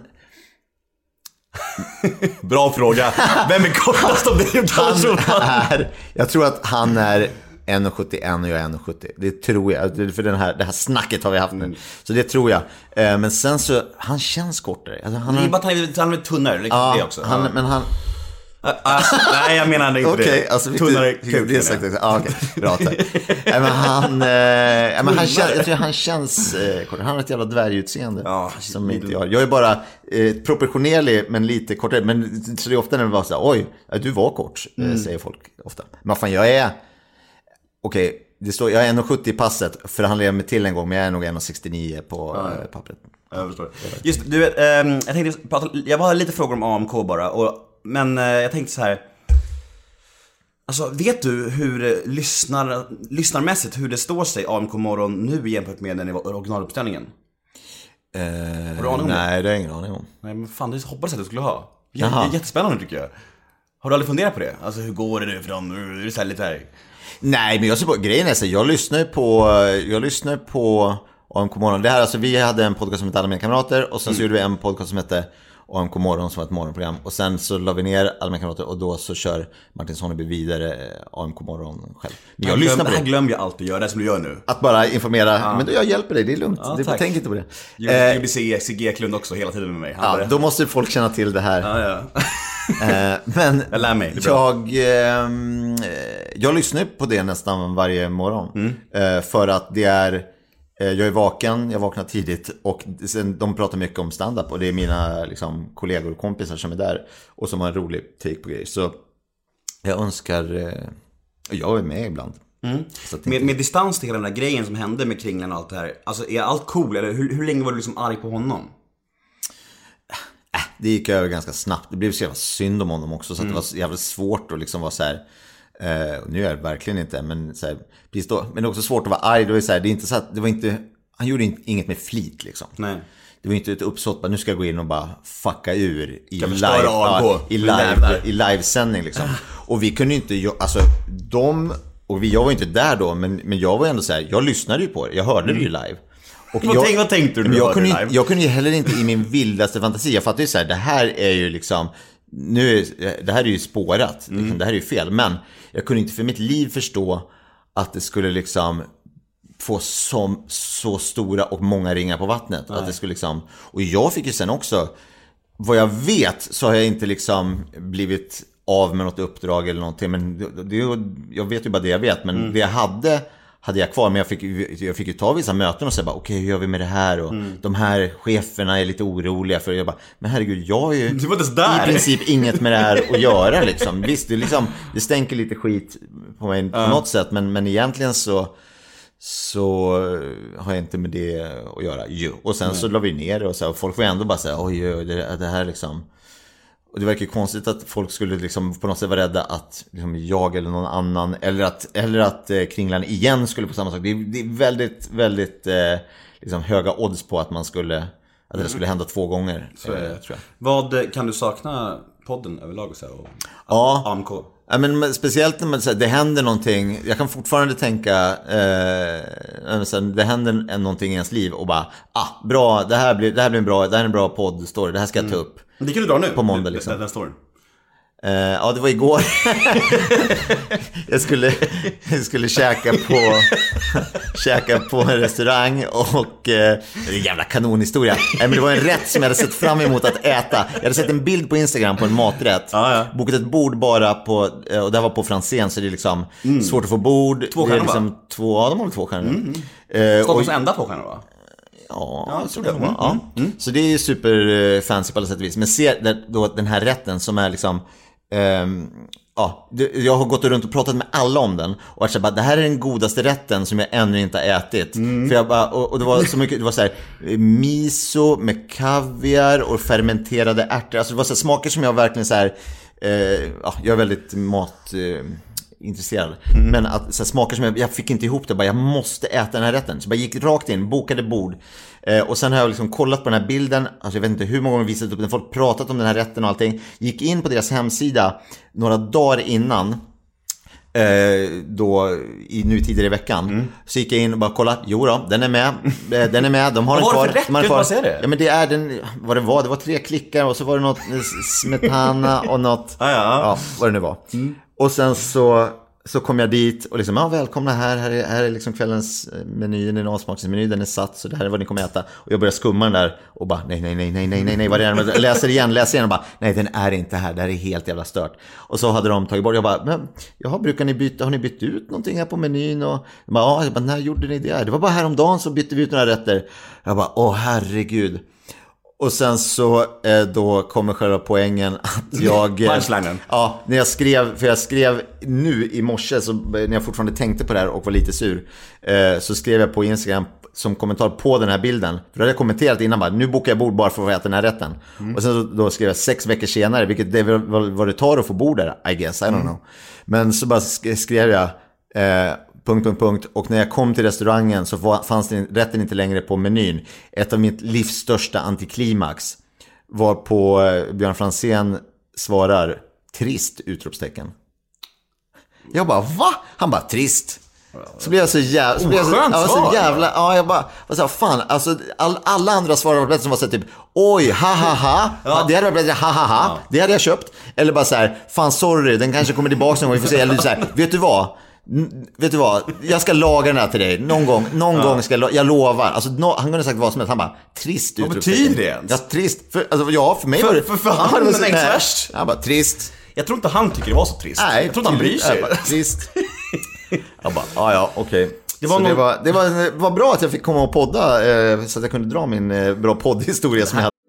bra fråga. Vem är kortast av dig och Kalle Schulman? Jag tror att han är en komma sjuttioen och jag är en komma sjuttio. Det tror jag, för den här, det här snacket har vi haft nu. Mm. Så det tror jag. Men sen så, han känns kortare. Alltså, han det är bara att han är, han är tunnare, liksom ja, det också. Han, ja. Men han... Alltså, nej, jag menar inte okay, det. Alltså, tunnare kul. Det är sagt också. Ah, okay. Bra, tack. Nej, men han, eh, men han känns, jag tror han känns eh, kortare. Han har ett jävla dvärgutseende ja, som inte jag. Jag är bara eh, proportionerlig men lite kortare. Men så det är ofta när det var så här, oj, du var kort, mm. säger folk ofta. Men fan, jag är okej, okay, det står, jag är en komma sjuttio i passet, förhandlar jag mig till en gång, men jag är nog en komma sextionio på ja, ja. pappret. Jag förstår. Just, du vet, eh, jag tänkte prata, jag har lite frågor om A M K bara, och, men eh, jag tänkte så här. Alltså, vet du hur lyssnar, lyssnarmässigt hur det står sig A M K morgon nu jämfört med den originaluppställningen? Eh, har du aning om nej, det? Det är ingen aning om. Nej, men fan, det hoppas att du skulle ha. Det är jättespännande tycker jag. Har du aldrig funderat på det? Alltså, hur går det nu för dem? Är det så här lite här... Nej, men jag ser på grejen är så jag lyssnar på jag lyssnar på A M K morgon. Det här alltså vi hade en podcast som hette Alla mina kamrater och sen mm. så gjorde vi en podcast som hette A M K morgon som var ett morgonprogram och sen så la vi ner Alla mina kamrater och då så kör Martin Sonneby vidare A M K morgon själv. Men jag, jag lyssnar på det. Jag glömmer jag alltid göra det som du gör nu. Att bara informera, ja. Men då jag hjälper dig, det är lugnt. Ja, det tänk inte på det. Jag gjorde C G Eklund också hela tiden med mig. Han ja, bara... då måste folk känna till det här. Ja, ja. Men jag lär mig, jag, eh, jag lyssnar på det nästan varje morgon mm. eh, för att det är eh, jag är vaken, jag vaknar tidigt och sen, de pratar mycket om stand-up och det är mina liksom, kollegor och kompisar som är där och som har en rolig take på grejer. Så jag önskar eh, jag är med ibland. Mm. Så att med, inte... med distans till hela den där grejen som hände med Kringlan och allt det här, alltså är allt cool eller hur, hur länge var du liksom arg på honom? Det gick över ganska snabbt. Det blev så jävla synd om honom också. Så mm. att det var jävligt svårt att liksom vara så här. Eh, nu är det verkligen inte. Men, så här, precis då, men det är också svårt att vara arg. Det var, så här, det är inte så att, det var inte, han gjorde inget med flit liksom. Nej. Det var inte ett uppsåt. Bara, nu ska jag gå in och bara fucka ur i, live, ja, i, live, i livesändning liksom. Och vi kunde inte, alltså de, och vi, jag var inte där då. Men, men jag var ändå så här, jag lyssnade ju på det. Jag hörde mm. det ju live. Och vad, jag, tänk, vad tänkte du? Jag kunde, jag kunde ju heller inte i min vildaste fantasi. Jag fattar ju så här, det här är ju liksom nu är, det här är ju spårat. Mm. Liksom, det här är ju fel. Men jag kunde inte för mitt liv förstå att det skulle liksom få som, så stora och många ringar på vattnet. Att det skulle liksom, och jag fick ju sen också, vad jag vet så har jag inte liksom blivit av med något uppdrag eller någonting. Men det, det, jag vet ju bara det jag vet. Men mm. det jag hade hade jag kvar, men jag fick, jag fick ju ta vissa möten och säga bara, okej, okay, hur gör vi med det här? Och mm. de här cheferna är lite oroliga för, jag bara, men herregud, jag har ju i princip inget med det här att göra liksom. Visst, det, liksom, det stänker lite skit på mig på uh. något sätt, men, men egentligen så så har jag inte med det att göra. Jo. Och sen mm. så la vi ner det och, så, och folk var ändå bara säga, oj, det, det här liksom. Och det verkar konstigt att folk skulle liksom på något sätt vara rädda att liksom jag eller någon annan eller att, eller att eh, Kringlan igen skulle få samma sak. Det är, det är väldigt, väldigt eh, liksom höga odds på att man skulle att det skulle hända två gånger. Så, eh, tror jag. Vad kan du sakna podden överlag så här, och Ja. A M K? Ja, men speciellt när man säger det händer någonting. Jag kan fortfarande tänka eh, det händer någonting i ens liv och bara ah, bra, det här blir det här blir en bra, det här är en bra poddstory. Det här ska jag ta upp. Det kan du dra nu på måndag liksom. Den, den storyn. Uh, ja, det var igår. jag skulle jag skulle käka på käka på en restaurang och uh, det är en jävla kanonhistoria. Nej, men det var en rätt som jag hade sett fram emot att äta. Jag hade sett en bild på Instagram på en maträtt. Ah, ja. Bokat ett bord bara på uh, och det var på Franzén, så det är liksom mm. svårt att få bord. Två stjärnor, liksom två, ja, de har två stjärnor. Mm. Uh, Stockholms och, enda två stjärnor, va? Ja, ja, jag tror det. Mm. Ja. Mm. Så det är ju super fancy på alla sätt och vis. Men se då den här rätten som är liksom Um, ja, jag har gått runt och pratat med alla om den och jag bara, det här är den godaste rätten som jag ännu inte har ätit. Mm. För jag bara, och, och det var så mycket, det var så här miso med kaviar och fermenterade ärtor. Alltså det var så här smaker som jag verkligen så här, eh, ja, jag är väldigt mat eh, intresserad. Mm. Men att så här, smaker som jag, jag fick inte ihop det, bara jag måste äta den här rätten. Så jag bara gick rakt in, bokade bord. Eh, och sen har jag liksom kollat på den här bilden. Alltså jag vet inte hur många gånger visat upp den. Folk pratat om den här rätten och allting. Gick in på deras hemsida några dagar innan. Eh, då i, nu tidigare i veckan. Mm. Så gick jag in och bara kolla. Jo då, den är med. Eh, den är med. De har den kvar. Vad var det för rätt? Vad säger det? Ja, men det är den, vad det var. Det var tre klickar och så var det något smetana och något. ah, ja. Ja, vad det nu var. Mm. Och sen så Så kom jag dit och liksom, ja, välkomna här, här är, här är liksom kvällens meny, en avsmakningsmeny, den är satt, så det här är vad ni kommer äta. Och jag började skumma den där och bara, nej, nej, nej, nej, nej, nej, nej, vad är det? Läser igen, läser igen och bara, nej, den är inte här, det här är helt jävla stört. Och så hade de tagit bort, jag bara, men, jaha, brukar ni byta, har ni bytt ut någonting här på menyn? Och jag bara, ja, jag bara, när gjorde ni det? Det var bara häromdagen så bytte vi ut några rätter. Jag bara, åh herregud. Och sen så eh, då kommer själva poängen att jag... Eh, ja, när jag skrev, för jag skrev nu i morse, så, när jag fortfarande tänkte på det här och var lite sur, eh, så skrev jag på Instagram som kommentar på den här bilden. För då hade jag kommenterat innan bara, nu bokar jag bord bara för att få äta den här rätten. Mm. Och sen så, då skrev jag sex veckor senare, vilket det var vad det tar att få bord där, I guess, I don't mm. know. Men så bara skrev jag... Eh, Punkt, punkt, punkt. Och när jag kom till restaurangen så var, fanns det rätten inte längre på menyn. Ett av mitt livs största antiklimax var på eh, Björn Franzén svarar trist utropstecken. Jag bara, va? Han bara, trist. Så blev jag så jävla... Så blev jag så, jag var så jävla... Ja, jag bara... Vad sa fan, alltså all, alla andra svarade bättre som var så typ, oj, ha ha ha. Ja. Det hade jag bättre, ha ha ha. Ja. Det hade jag köpt. Eller bara så här, fan sorry, den kanske kommer tillbaka någon gång. Vi får se. Eller så här, vet du vad? Vet du vad, jag ska laga den här till dig någon gång, någon ja. gång ska jag, jag lovar. Alltså, no, han kunde sagt vad som helst. Han bara, trist. Vad betyder det ens? Ja, trist, för, alltså, ja, för mig för, var det för, för han var det värst. Han bara, trist. Jag tror inte han tycker det var så trist. Nej, jag tror inte han bryr sig. Bara, trist. Jag bara, ja ja, okej okay. Det, var, någon... det, var, det, var, det var bra att jag fick komma och podda, eh, så att jag kunde dra min eh, bra poddhistoria som jag hade.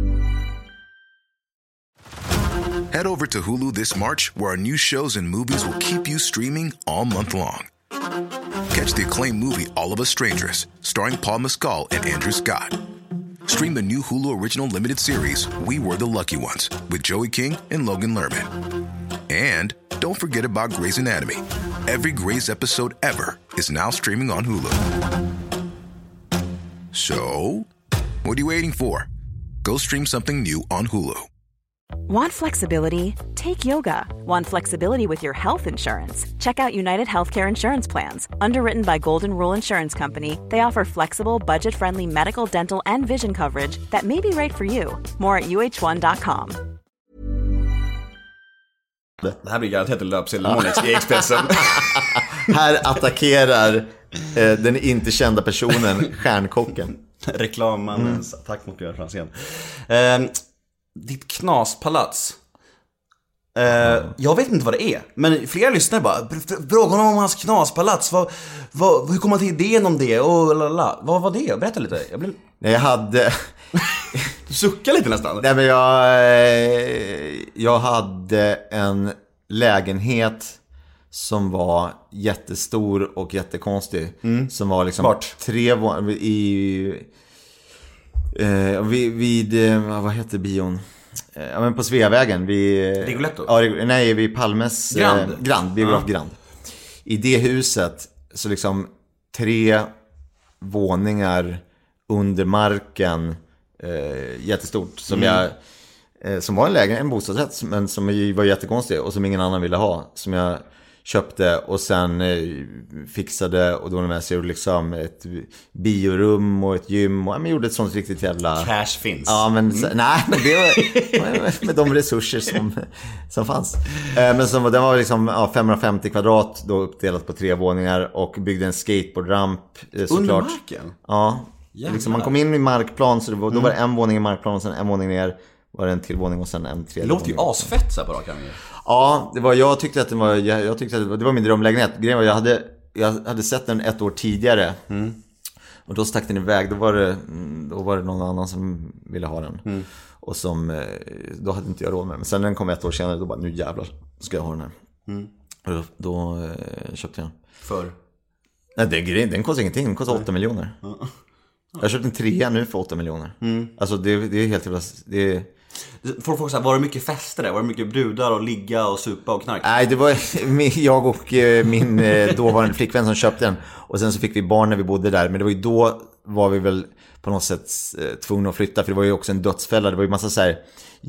Head over to Hulu this March, where our new shows and movies will keep you streaming all month long. Catch the acclaimed movie All of Us Strangers, starring Paul Mescal and Andrew Scott. Stream the new Hulu original limited series We Were the Lucky Ones with Joey King and Logan Lerman. And don't forget about Grey's Anatomy. Every Grey's episode ever is now streaming on Hulu. So, what are you waiting for? Go stream something new on Hulu. Want flexibility? Take yoga. Want flexibility with your health insurance? Check out United Healthcare Insurance Plans. Underwritten by Golden Rule Insurance Company, they offer flexible, budget-friendly medical, dental, and vision coverage that may be right for you. More at U H one dot com. Det här blir garanterat en löpsedelmånix i Expressen. Här attackerar eh, den inte kända personen stjärnkocken. Reklammannens mm. attack mot Björn Franzén. Eh, ditt knaspalats. Eh, mm. Jag vet inte vad det är, men flera lyssnare bara frågar honom om hans knaspalats. Vad, vad, hur kom man till idén om det? Och lalala. Vad var det? Berätta lite. Jag blev... Nej, jag hade... Du suckar lite nästan. Nej, men jag, jag hade en lägenhet som var jättestor och jättekonstig. Mm. Som var liksom Vart? tre vå- i eh, vid, vid vad heter bion? Ja, men på Sveavägen vid Rigoletto. Ja, nej, vid Palmes Grand, eh, Grand biograf ja. Grand. I det huset så liksom tre våningar under marken eh, jättestort som mm. jag eh, som var en lägenhet, en bostadsrätt men som var jättekonstig och som ingen annan ville ha, som jag köpte och sen eh, fixade och då med sig liksom ett biorum och ett gym och jag gjorde ett sånt riktigt jävla cash finns. Ja men mm. nej men det var med de resurser som som fanns. Eh, men som den var liksom ja, femhundrafemtio kvadrat då uppdelat på tre våningar och byggde en skateboardramp eh, såklart. Under marken? Ja. Liksom man kom in i markplan så det var, då var det en våning i markplan och sen en våning ner var det en till våning och sen en tredje. Det låter ju asfett så här på rakan. Ja, det var, jag tyckte att det var, jag, jag tyckte att det var, det var min drömlägenhet. Grejen var, jag hade, jag hade sett den ett år tidigare. Mm. Och då stack den iväg. Då var det, då var det någon annan som ville ha den. Mm. Och som, då hade inte jag råd med. Men sen den kom ett år senare, då bara, nu jävlar ska jag ha den här. Mm. Och då, då eh, köpte jag den. För? Nej, det är grejen, den kostar ingenting. Den kostar åtta miljoner. Mm. Jag har köpt en trea nu för åtta miljoner. Mm. Alltså det, det är helt jävla... Det är... Folk frågar så här, var det mycket fester där? Var det mycket brudar och ligga och supa och knark? Nej, det var jag och min dåvarande flickvän som köpte den. Och sen så fick vi barn när vi bodde där. Men det var ju då var vi väl på något sätt tvungna att flytta. För det var ju också en dödsfälla. Det var ju massa så här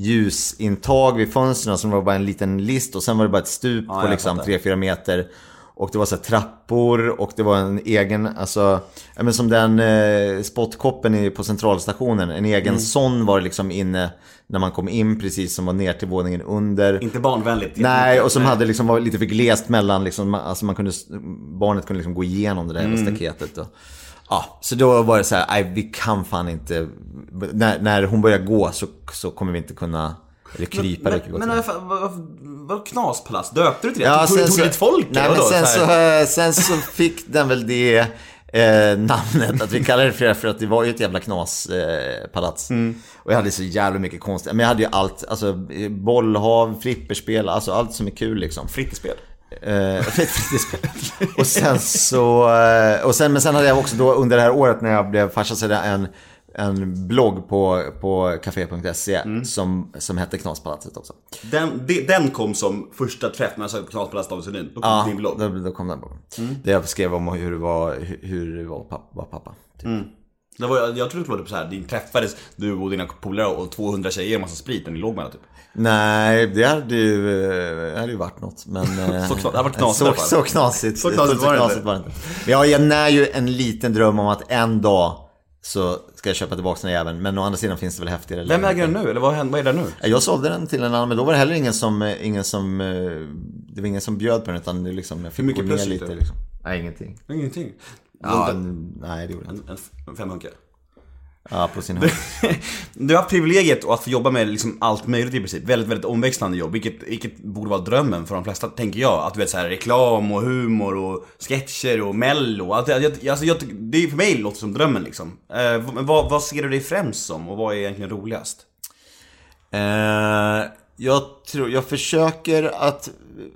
ljusintag vid fönstren som var bara en liten list. Och sen var det bara ett stup ja, på liksom tre fyra meter. Och det var så här trappor och det var en egen, alltså, ja, men som den eh, spotkoppen på centralstationen, en egen mm. sån var liksom inne när man kom in precis som var ner till våningen under. Inte barnvänligt. Nej, och som nej. hade liksom var lite för glest mellan liksom, alltså man kunde, barnet kunde liksom gå igenom det där mm. staketet och, ja, så då var det så här, nej, vi kan fan inte, när, när hon börjar gå så, så kommer vi inte kunna. Eller krypa men, men, men vad, vad knaspalats? Döpte du till det? Ja, tog, sen tog så, ditt folk? Nej, men sen så, så, sen så fick den väl det eh, namnet att vi kallade det för, för att det var ju ett jävla knaspalats. Eh, mm. Och jag hade så jävla mycket konstigt. Men jag hade ju allt, alltså bollhav, flipperspel, alltså allt som är kul liksom. Fritidspel? Eh, fritidspel. Och sen så, och sen, men sen hade jag också då under det här året när jag blev farsa så en en blogg på, på café punkt se mm. som, som hette Knaspalatset också. Den, de, den kom som första träff när jag sa Knaspalatset av Selin. Då kom ja, din blogg. Då, då kom den bloggen. Mm. Där jag skrev om hur det var, hur det var pappa. Var pappa typ. mm. det var, jag tror det var typ så här, din träffades du och dina polare och tvåhundra tjejer och massa sprit när ni låg med typ. Nej, det hade ju, det hade ju varit något. Men, så, knas, det hade varit knasigt, så, så knasigt. Så knasigt var det, knasigt var det inte. Men jag, jag när ju en liten dröm om att en dag så ska jag köpa tillbaka den här jäveln. Men å andra sidan finns det väl häftigare. Vem äger den nu? Eller vad, vad är det nu? Jag sålde den till en annan. Men då var det heller ingen som, ingen som det var ingen som bjöd på den. Utan det liksom, jag fick hur mycket gå ner lite liksom. Nej, ingenting. Ingenting? Ja, en, nej, det gjorde en, en, en femhunka. Ja, på sin höjd. Du har haft privilegiet att få jobba med liksom allt möjligt i princip. Väldigt, väldigt omväxlande jobb. Vilket, vilket borde vara drömmen för de flesta, tänker jag. Att du vet så här, reklam och humor och sketcher och mello. Allt, jag, alltså, jag, det är för mig låter som drömmen liksom. Eh, vad, vad ser du dig främst som? Och vad är egentligen roligast? Eh, jag tror, jag försöker att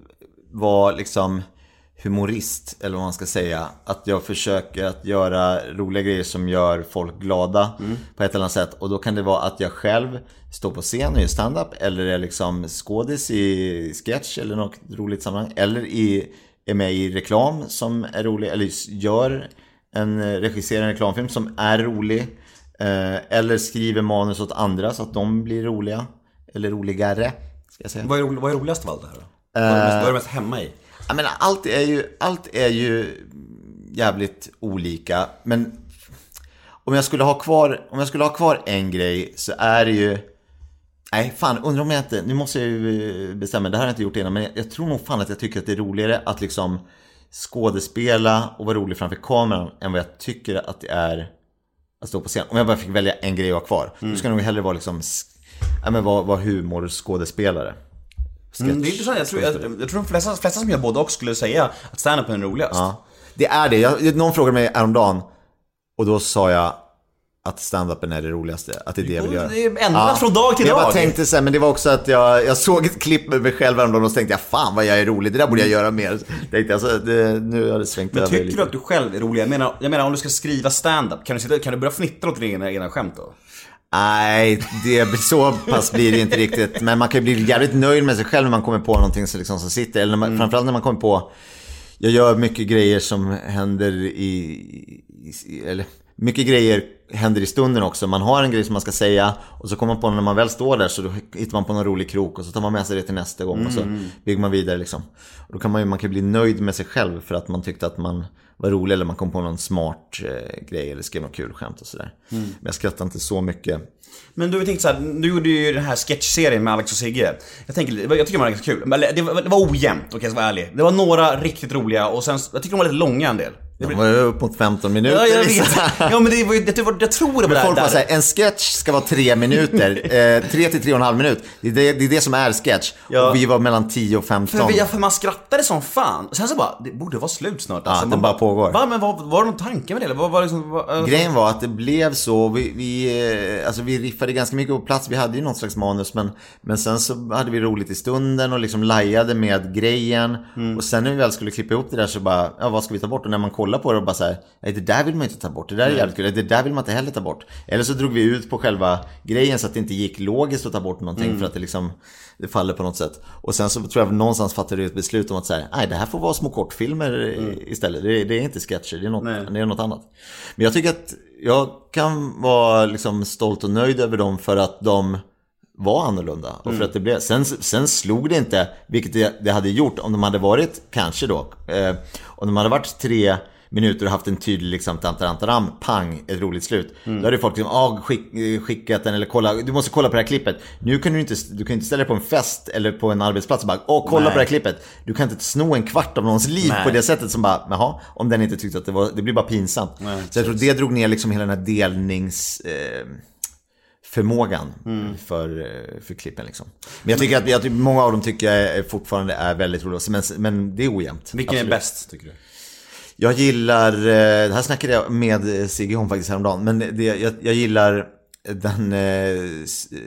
vara liksom humorist, eller vad man ska säga. Att jag försöker att göra roliga grejer som gör folk glada mm. på ett eller annat sätt. Och då kan det vara att jag själv står på scen och gör stand-up, eller är liksom skådis i sketch eller något roligt sammanhang, eller i, är med i reklam som är rolig, eller gör en regisserar en reklamfilm som är rolig, eh, eller skriver manus åt andra så att de blir roliga eller roligare, ska jag säga. Vad är, ro, vad är roligast av allt det här då? Vad är, mest, vad är du mest hemma i? Jag menar, allt är ju allt är ju jävligt olika, men om jag skulle ha kvar om jag skulle ha kvar en grej så är det ju, nej fan, undrar om jag inte, nu måste jag ju bestämma, det här har jag inte gjort innan, men jag, jag tror nog fan att jag tycker att det är roligare att liksom skådespela och vara rolig framför kameran än vad jag tycker att det är att stå på scen. Om jag bara fick välja en grej att ha kvar, mm. då ska jag nog hellre vara liksom, ja men vara, vara humor skådespelare. Mm, det är intressant. Jag tror, jag, jag tror de flesta, flesta som jag både och skulle säga att stand-up är den roligast. Ja, det är det. Jag, någon frågade mig häromdagen och då sa jag att stand-upen är det roligaste. Att det är det jag vill göra. Det är ändrat ja. från dag till jag dag. Jag bara tänkte så här, men det var också att jag, jag såg ett klipp med mig själv häromdagen och så tänkte jag, fan vad jag är rolig. Det där borde jag göra mer. Tänkte jag, så det, nu har det svängt men över. Men tycker du att du själv är rolig? Jag menar, jag menar om du ska skriva stand-up, kan du, sitta, kan du börja fnittra åt dina egna skämt då? Nej, det, så pass blir det inte riktigt. Men man kan ju bli jävligt nöjd med sig själv när man kommer på någonting som, liksom, som sitter. Eller när man, mm. framförallt när man kommer på, jag gör mycket grejer som händer i, i eller mycket grejer händer i stunden också. Man har en grej som man ska säga och så kommer man på när man väl står där, så då hittar man på någon rolig krok och så tar man med sig det till nästa gång, mm. och så bygger man vidare liksom. Och då kan man ju man kan bli nöjd med sig själv för att man tyckte att man var rolig, eller man kom på någon smart eh, grej eller skrev något kul skämt och sådär. Mm. Men jag skrattar inte så mycket. Men du har tänkt så här, du gjorde ju den här sketchserien med Alex och Sigge. Jag tänker, jag tycker det var ganska kul. Men det var, det var ojämnt, okej, jag ska vara ärlig. Det var några riktigt roliga och sen, jag tycker de var lite långa en del. De var ju upp mot femton minuter. Ja, jag vet. Ja, men det var ju, jag, tror, jag tror det var folk där. Folk säga, en sketch ska vara tre minuter. eh, tre till tre och en halv minut. Det är det, det är det som är sketch. Ja. Och vi var mellan tio och femton. För, vi, för man skrattade som fan. Sen så bara, det borde vara slut snart. Ja, alltså, det bara pågår. Va, men var, var det någon tanke med det? Var, var liksom, var, alltså... Grejen var att det blev så. Vi, vi, alltså, vi riffade ganska mycket på plats. Vi hade ju någon slags manus. Men, men sen så hade vi roligt i stunden och liksom lajade med grejen. Mm. Och sen när vi väl skulle klippa ihop det där så bara, ja, vad ska vi ta bort? Och när man kollar på det och bara så här, nej, det där vill man inte ta bort. Det där är jävligt kul. Det där vill man inte heller ta bort. Eller så drog vi ut på själva grejen så att det inte gick logiskt att ta bort någonting, mm. för att det liksom det faller på något sätt. Och sen så tror jag någonstans fattade vi ett beslut om att säga, nej, det här får vara små kortfilmer mm. istället. Det är, det är inte sketcher, det är, något, det är något annat. Men jag tycker att jag kan vara liksom stolt och nöjd över dem för att de var annorlunda. Och för mm. att det blev, sen, sen slog det inte, vilket det, det hade gjort om de hade varit, kanske då, eh, om de hade varit tre minuter och haft en tydlig liksom tantarantaram, pang, ett roligt slut. Mm. Då hade folk liksom, ah, skick, skickat den eller kolla, du måste kolla på det här klippet. Nu kan du inte, du kan inte ställa dig på en fest eller på en arbetsplats och bara, åh, kolla Nej. på det här klippet. Du kan inte sno en kvart av någons liv Nej. på det sättet som bara, jaha, om den inte tyckte att det var, det blir bara pinsamt. Nej, så jag tror det drog ner liksom hela den här delnings... Eh, förmågan mm. för, för klippen liksom. Men jag tycker att jag, många av dem tycker jag fortfarande är väldigt roliga, men, men det är ojämnt. Vilken absolut. är bäst tycker du? Jag gillar, det här snackade jag med Sigge om faktiskt häromdagen, men det, jag, jag gillar den eh,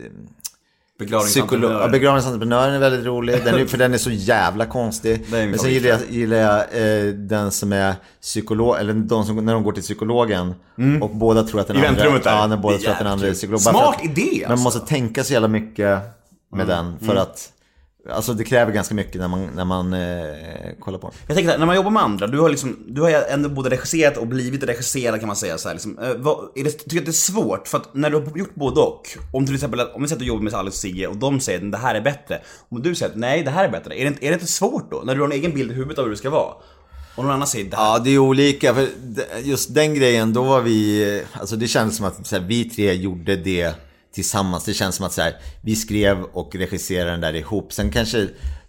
Begravningsentreprenören. Ja, begravningsentreprenören är väldigt rolig. Den är, för den är så jävla konstig. Men sen gillar jag, gillar jag eh, den som är psykolog, eller de som, när de går till psykologen mm. och båda tror att den I andra ja, när båda tror att den andra är psykolog. Smart att, idé alltså. Man måste tänka så jävla mycket med mm. den för mm. att alltså det kräver ganska mycket när man, när man eh, kollar på den. Jag tänker när man jobbar med andra, du har liksom, du har ändå både regisserat och blivit regisserad kan man säga så här, liksom, eh, vad, är det, tycker du att det är svårt? För att när du har gjort både och, om till exempel om vi sätter jobbar med Alex och Sigge och de säger att det här är bättre, om du säger att nej det här är bättre, är det, inte, är det inte svårt då? När du har en egen bild i huvudet av hur det ska vara och någon annan säger det här. Ja, det är olika, för just den grejen, då var vi, alltså det kändes som att så här, vi tre gjorde det tillsammans. Det känns som att så här, vi skrev och regisserade den där ihop. Sen kanske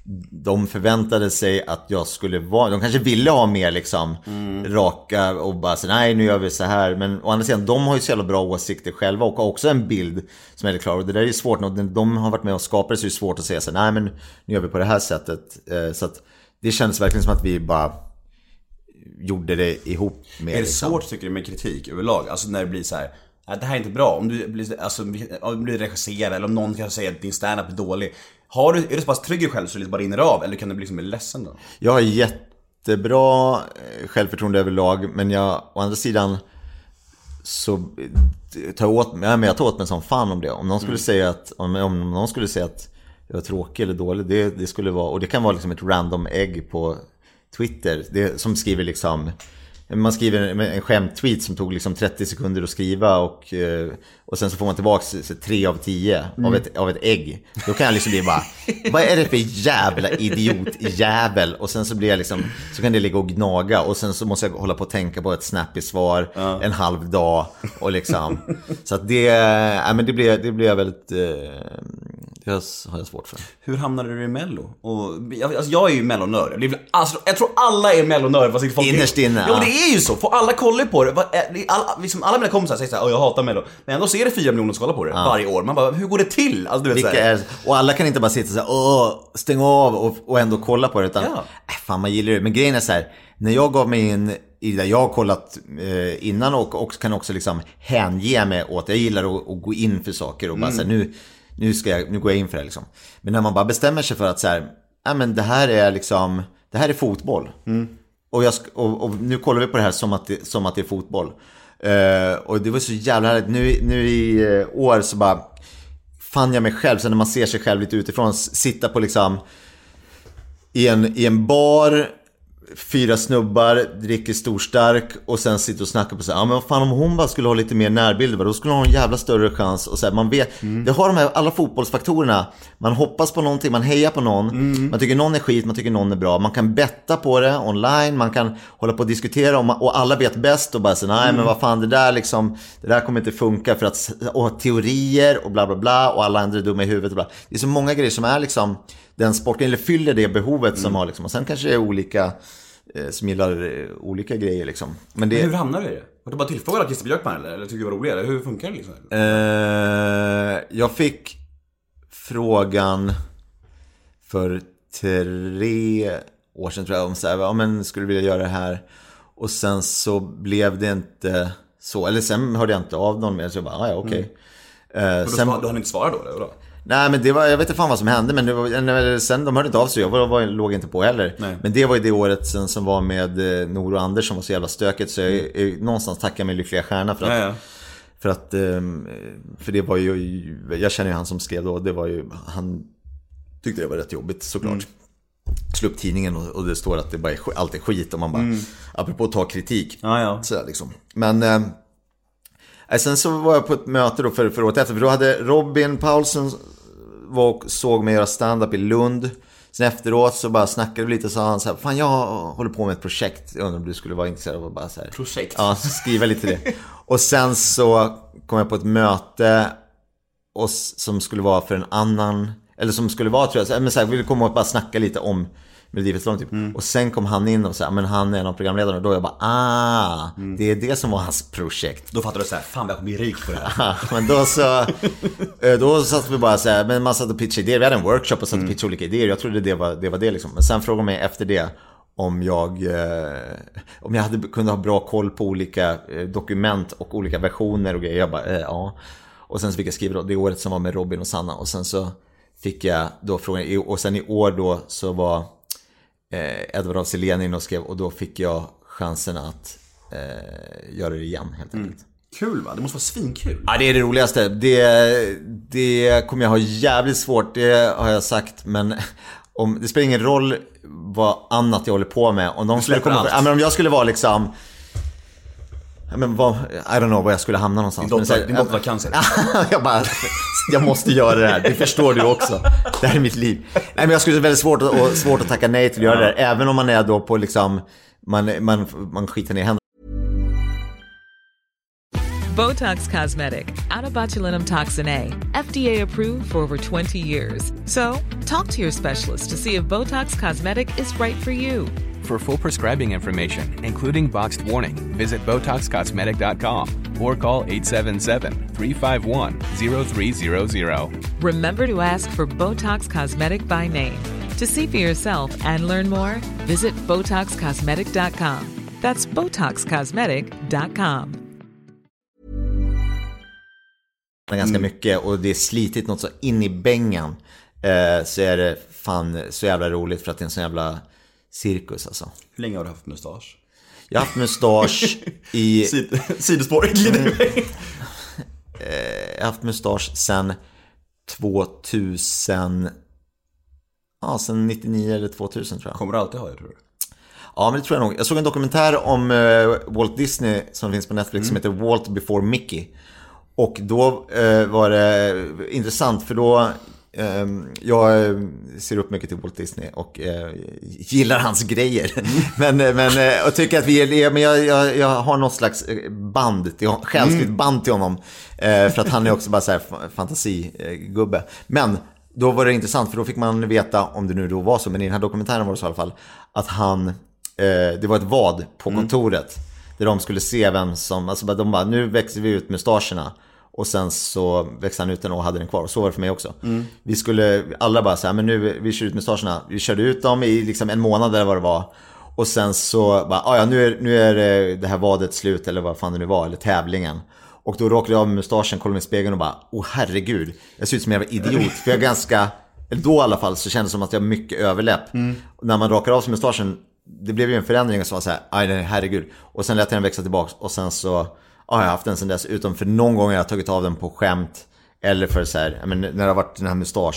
de förväntade sig att jag skulle vara, de kanske ville ha mer liksom mm. raka och bara så nej, nu gör vi så här. Men å andra sidan, de har ju så jävla bra åsikter själva och har också en bild som är klar. Och det där är svårt, när de har varit med och skapat det, så är det svårt att säga så nej, men nu gör vi på det här sättet. Så att det känns verkligen som att vi bara gjorde det ihop med. Är det liksom. svårt tycker du med kritik överlag? Alltså när det blir så här, det här är inte bra, om du blir, alltså, om du blir regisserad eller om någon kan säga att din stand-up är dålig. Har du, är du så pass trygg i själv så det bara rinner av, eller kan du bli liksom ledsen då? Jag har jättebra självförtroende överlag, men jag å andra sidan så tar jag åt, ja, men jag tar åt mig som fan om det. Om någon skulle mm. säga att om, om någon skulle säga att jag var tråkig eller dålig, det, det skulle vara, och det kan vara liksom ett random ägg på Twitter, det, som skriver liksom, man skriver en, en skämt-tweet som tog liksom trettio sekunder att skriva och, och sen så får man tillbaka tre av tio mm. av, ett, av ett ägg. Då kan jag liksom bli bara, vad är det för jävla idiot jävel? Och sen så blir jag liksom, så kan det ligga och gnaga och sen så måste jag hålla på och tänka på ett snappy svar ja. en halv dag och liksom, så att det, äh, men det blir, det blir väldigt eh, det har jag svårt för. Hur hamnade du i Mello? Och, alltså, jag är ju Mello-nörd. Alltså, jag tror alla är Mello-nörd. Innerst inne. Ja, det är ju så. För alla kollar på det. Alla, liksom, alla mina kompisar säger såhär, jag hatar Mello. Men ändå ser det fyra miljoner som kollar på det ja. varje år. Man bara, hur går det till? Alltså, du vet, så är, och alla kan inte bara sitta såhär, åh, stäng av och, och ändå kolla på det. Utan, ja. äh, fan, man gillar det. Men grejen är så här, när jag gav mig in i det jag har kollat eh, innan och, och kan också liksom hänge mig åt, jag gillar att, att gå in för saker och bara mm. så här, nu Nu, ska jag, nu går jag in för det liksom. Men när man bara bestämmer sig för att så här, ja, men det här är liksom, det här är fotboll mm. och, jag, och, och nu kollar vi på det här som att det, som att det är fotboll uh, och det var så jävla härligt. Nu, nu i uh, år så bara fann jag mig själv, så när man ser sig själv lite utifrån, sitta på liksom i en, i en bar fyra snubbar, dricker storstark och sen sitter och snackar på sig. Ja men vad fan, om hon bara skulle ha lite mer närbilder, då skulle hon ha en jävla större chans. Och så här, man vet, mm. det har de här alla fotbollsfaktorerna. Man hoppas på någonting, man hejar på någon. Mm. Man tycker någon är skit, man tycker någon är bra. Man kan betta på det online, man kan hålla på och diskutera om, och alla vet bäst och bara säga nej mm. men vad fan, det där liksom, det där kommer inte funka för att, och teorier och bla bla bla, och alla andra är dumma i huvudet och bla. Det är så många grejer som är liksom den sporten, eller fyller det behovet mm. som har liksom, och sen kanske det är olika eh, som gillar eh, olika grejer liksom. Men, det... Men hur hamnar du i det? Har du bara tillfrågat Christer Björkman eller, eller tycker du det var roligare? Hur funkar det liksom? Eh, jag fick frågan för tre år sedan tror jag, om så här, ja men skulle du vilja göra det här? Och sen så blev det inte så, eller sen hörde jag inte av någon mer, så jag bara, ah, ja okej. Okay. Mm. Eh, sen... Du hann inte svara då eller då? Nej men det var, jag vet inte fan vad som hände, men det var, sen de hörde inte av sig, jag var, var, låg inte på heller. Nej. Men det var ju det året sen som var med eh, Nor och Anders som var så jävla stöket, så jag, mm. jag, någonstans tackar mig lyckliga stjärna för att, ja, ja. för att eh, för det var ju, jag känner ju han som skrev då, det var ju, han tyckte det var rätt jobbigt såklart. Mm. Slå upp tidningen och, och det står att det bara är, allt är skit, och man bara, mm. apropå att ta kritik. Ja, ja. Så här, liksom. Men eh, sen så var jag på ett möte då för, för året efter, för då hade Robin Paulsen var och såg mig göra stand-up i Lund. Sen efteråt så bara snackade vi lite, och sa han så här, fan jag håller på med ett projekt, jag undrar om du skulle vara intresserad av att bara så här, projekt? Ja, skriva lite det. Och sen så kom jag på ett möte och, som skulle vara för en annan, eller som skulle vara tror jag, men så här, ville komma och bara snacka lite om Melodifestivalen typ. Mm. Och sen kom han in och sa, men han är en av programledarna, och då jag bara, ah, mm. det är det som var hans projekt. Då fattade du så här, fan jag kommer bli rik på det här. Men då så då satt vi bara så här, men man satt och pitchade idéer, vi hade en workshop och satt och pitchade olika idéer. Jag trodde det var det var det liksom. Men sen frågade mig efter det om jag eh, om jag hade kunde ha bra koll på olika eh, dokument och olika versioner och grejer. Jag bara, eh, ja. Och sen så fick jag skriva då, det året som var med Robin och Sanna, och sen så fick jag då frågan, och sen i år då så var Edvard af Sillén in och skrev, och då fick jag chansen att eh, göra det igen helt enkelt. Mm. Kul va? Det måste vara svinkul. Ja, det är det roligaste. Det, det kommer jag ha jävligt svårt, det har jag sagt, men om, det spelar ingen roll vad annat jag håller på med. Om, de skulle komma, ja, men om jag skulle vara liksom, men vad, I don't know var jag skulle hamna någonstans. Din dotter, din dotter var cancer. Jag bara, jag måste göra det här. Det förstår du också. Det här är mitt liv. Nej, men jag skulle väldigt svårt att, och svårt att tacka nej till att göra det här. Även om man är då på liksom, man, man, man skiter ner händerna. Botox Cosmetic, out of botulinum toxin A, F D A approved for over twenty years. So, talk to your specialist to see if Botox Cosmetic is right for you. For full prescribing information, including boxed warning, visit Botox Cosmetic dot com or call eight seven seven, three five one, zero three zero zero. Remember to ask for Botox Cosmetic by name. To see for yourself and learn more, visit Botox Cosmetic dot com. That's Botox Cosmetic dot com. Ganska mycket, och det är slitigt något så in i bängen, eh, så är det fan så jävla roligt för att det är en så jävla cirkus alltså. Hur länge har du haft mustasch? Jag har haft mustasch i Sid- Sidospår mm. Jag har haft mustasch sen tvåtusen, ja, sen nittionio eller tvåtusen tror jag. Kommer du alltid ha det, tror du? Ja, men det tror jag nog. Jag såg en dokumentär om uh, Walt Disney som finns på Netflix, mm. som heter Walt Before Mickey. Och då uh, var det intressant, för då uh, jag ser upp mycket till Walt Disney och uh, gillar hans grejer. Mm. men men uh, och tycker att vi är, men jag, jag, jag har något slags band till honom, själsligt mm. band till honom, uh, för att han är också bara så här fantasigubbe. Men då var det intressant, för då fick man veta, om det nu då var så, men i den här dokumentären var det så i alla fall, att han, eh, det var ett vad på kontoret, mm. där de skulle se vem som, alltså de bara, nu växer vi ut mustascherna, och sen så växte han ut den och hade den kvar, och så var det för mig också. Mm. Vi skulle, alla bara så här, men nu, vi kör ut mustascherna, vi körde ut dem i liksom en månad eller vad det var, och sen så bara, ah, ja, nu är, nu är det här vadet slut, eller vad fan det nu var, eller tävlingen. Och då råkade jag av med mustaschen, kollade mig i spegeln och bara, åh herregud, jag ser ut som en jävla idiot. För jag är ganska, eller då i alla fall, så kändes det som att jag har mycket överläpp. Mm. Och när man rakar av sig mustaschen, det blev ju en förändring, och så var så här, aj nej, herregud. Och sen lät jag den växa tillbaka, och sen så, ja, jag har haft den sen dess, utom för någon gång jag har tagit av den på skämt, eller för så här, men när det har varit den här mustasch